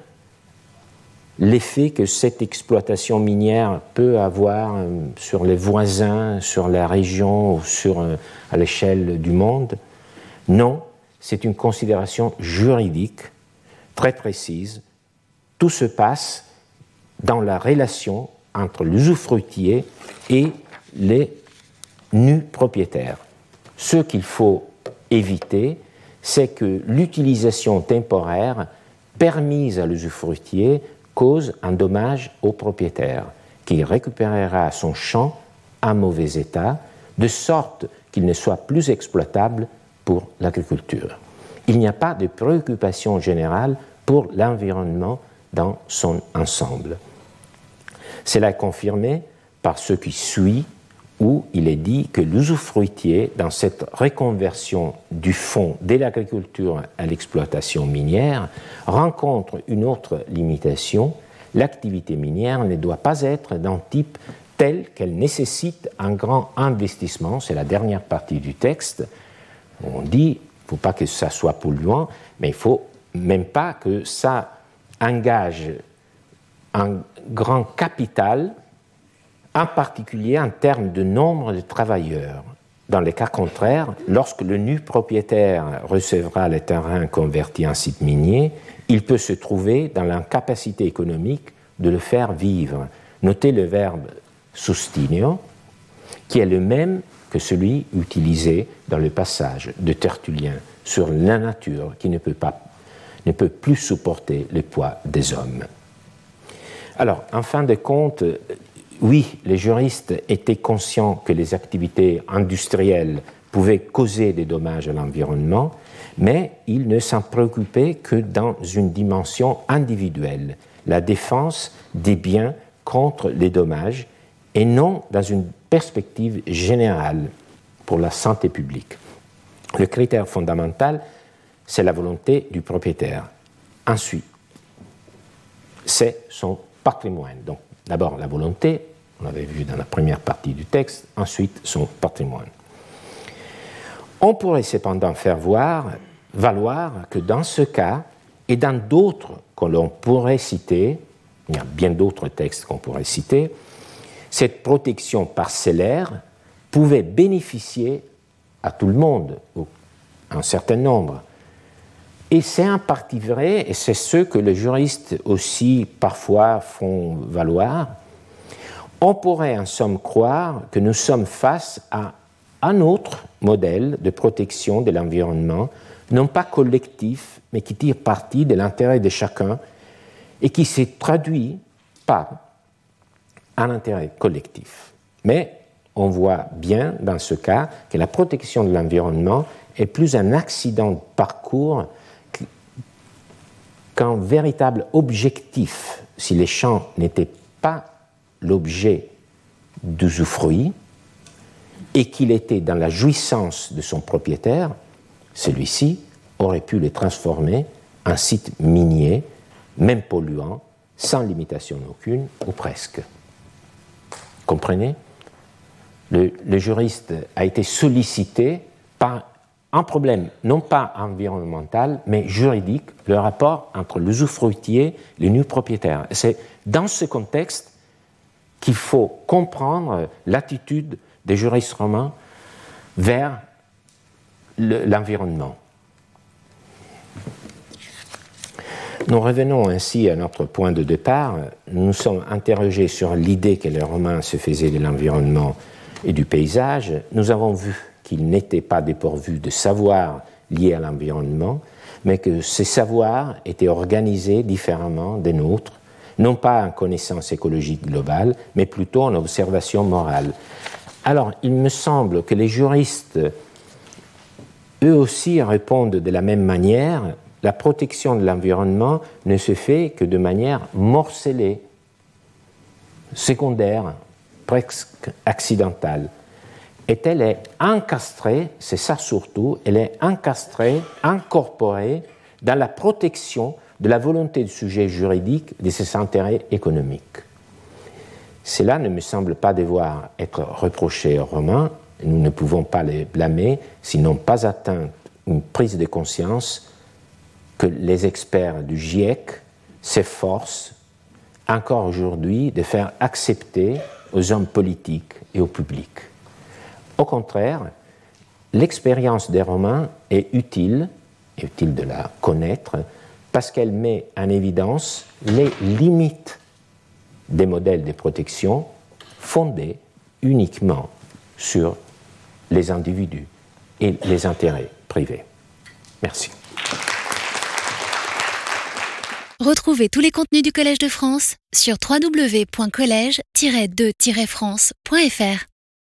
l'effet que cette exploitation minière peut avoir sur les voisins, sur la région, ou sur, à l'échelle du monde. Non, c'est une considération juridique très précise. Tout se passe dans la relation entre l'usufruitier et les nus propriétaires. Ce qu'il faut éviter, c'est que l'utilisation temporaire permise à l'usufruitier cause un dommage au propriétaire, qui récupérera son champ en mauvais état, de sorte qu'il ne soit plus exploitable pour l'agriculture. Il n'y a pas de préoccupation générale pour l'environnement dans son ensemble. Cela est confirmé par ce qui suit, où il est dit que l'usufruitier, dans cette reconversion du fonds de l'agriculture à l'exploitation minière, rencontre une autre limitation. L'activité minière ne doit pas être d'un type tel qu'elle nécessite un grand investissement. C'est la dernière partie du texte. On dit, il ne faut pas que ça soit polluant, mais il ne faut même pas que ça engage un grand capital, en particulier en termes de nombre de travailleurs. Dans les cas contraires, lorsque le nu propriétaire recevra les terrains convertis en site minier, il peut se trouver dans l'incapacité économique de le faire vivre. Notez le verbe sustineo, qui est le même que celui utilisé dans le passage de Tertullien sur la nature qui ne peut, pas, ne peut plus supporter le poids des hommes. Alors, en fin de compte, oui, les juristes étaient conscients que les activités industrielles pouvaient causer des dommages à l'environnement, mais ils ne s'en préoccupaient que dans une dimension individuelle, la défense des biens contre les dommages, et non dans une perspective générale pour la santé publique. Le critère fondamental, c'est la volonté du propriétaire. Ensuite, c'est son patrimoine. Donc, d'abord la volonté, on l'avait vu dans la première partie du texte, ensuite son patrimoine. On pourrait cependant faire voir, valoir que dans ce cas, et dans d'autres que l'on pourrait citer, il y a bien d'autres textes qu'on pourrait citer, cette protection parcellaire pouvait bénéficier à tout le monde, ou à un certain nombre. Et c'est en partie vrai, et c'est ce que les juristes aussi parfois font valoir. On pourrait en somme croire que nous sommes face à un autre modèle de protection de l'environnement, non pas collectif, mais qui tire parti de l'intérêt de chacun et qui se traduit par un intérêt collectif. Mais on voit bien dans ce cas que la protection de l'environnement est plus un accident de parcours qu'un véritable objectif. Si les champs n'étaient pas l'objet d'usufruit et qu'il était dans la jouissance de son propriétaire, celui-ci aurait pu les transformer en site minier, même polluant, sans limitation aucune, ou presque. Comprenez ? Le, le juriste a été sollicité par un problème, non pas environnemental, mais juridique, le rapport entre l'usufruitier et le nu propriétaire. C'est dans ce contexte qu'il faut comprendre l'attitude des juristes romains vers le, l'environnement. Nous revenons ainsi à notre point de départ. Nous nous sommes interrogés sur l'idée que les Romains se faisaient de l'environnement et du paysage. Nous avons vu qu'ils n'étaient pas dépourvus de savoir liés à l'environnement, mais que ces savoirs étaient organisés différemment des nôtres, non pas en connaissance écologique globale, mais plutôt en observation morale. Alors, il me semble que les juristes eux aussi répondent de la même manière. La protection de l'environnement ne se fait que de manière morcelée, secondaire, presque accidentale. Et elle est encastrée, c'est ça surtout, elle est encastrée, incorporée dans la protection de la volonté du sujet juridique de ses intérêts économiques. Cela ne me semble pas devoir être reproché aux Romains. Nous ne pouvons pas les blâmer s'ils n'ont pas atteint une prise de conscience que les experts du GIEC s'efforcent encore aujourd'hui de faire accepter aux hommes politiques et au public. Au contraire, l'expérience des Romains est utile, est utile de la connaître, parce qu'elle met en évidence les limites des modèles de protection fondés uniquement sur les individus et les intérêts privés. Merci. Retrouvez tous les contenus du Collège de France sur w w w point collège tiret de tiret france point f r.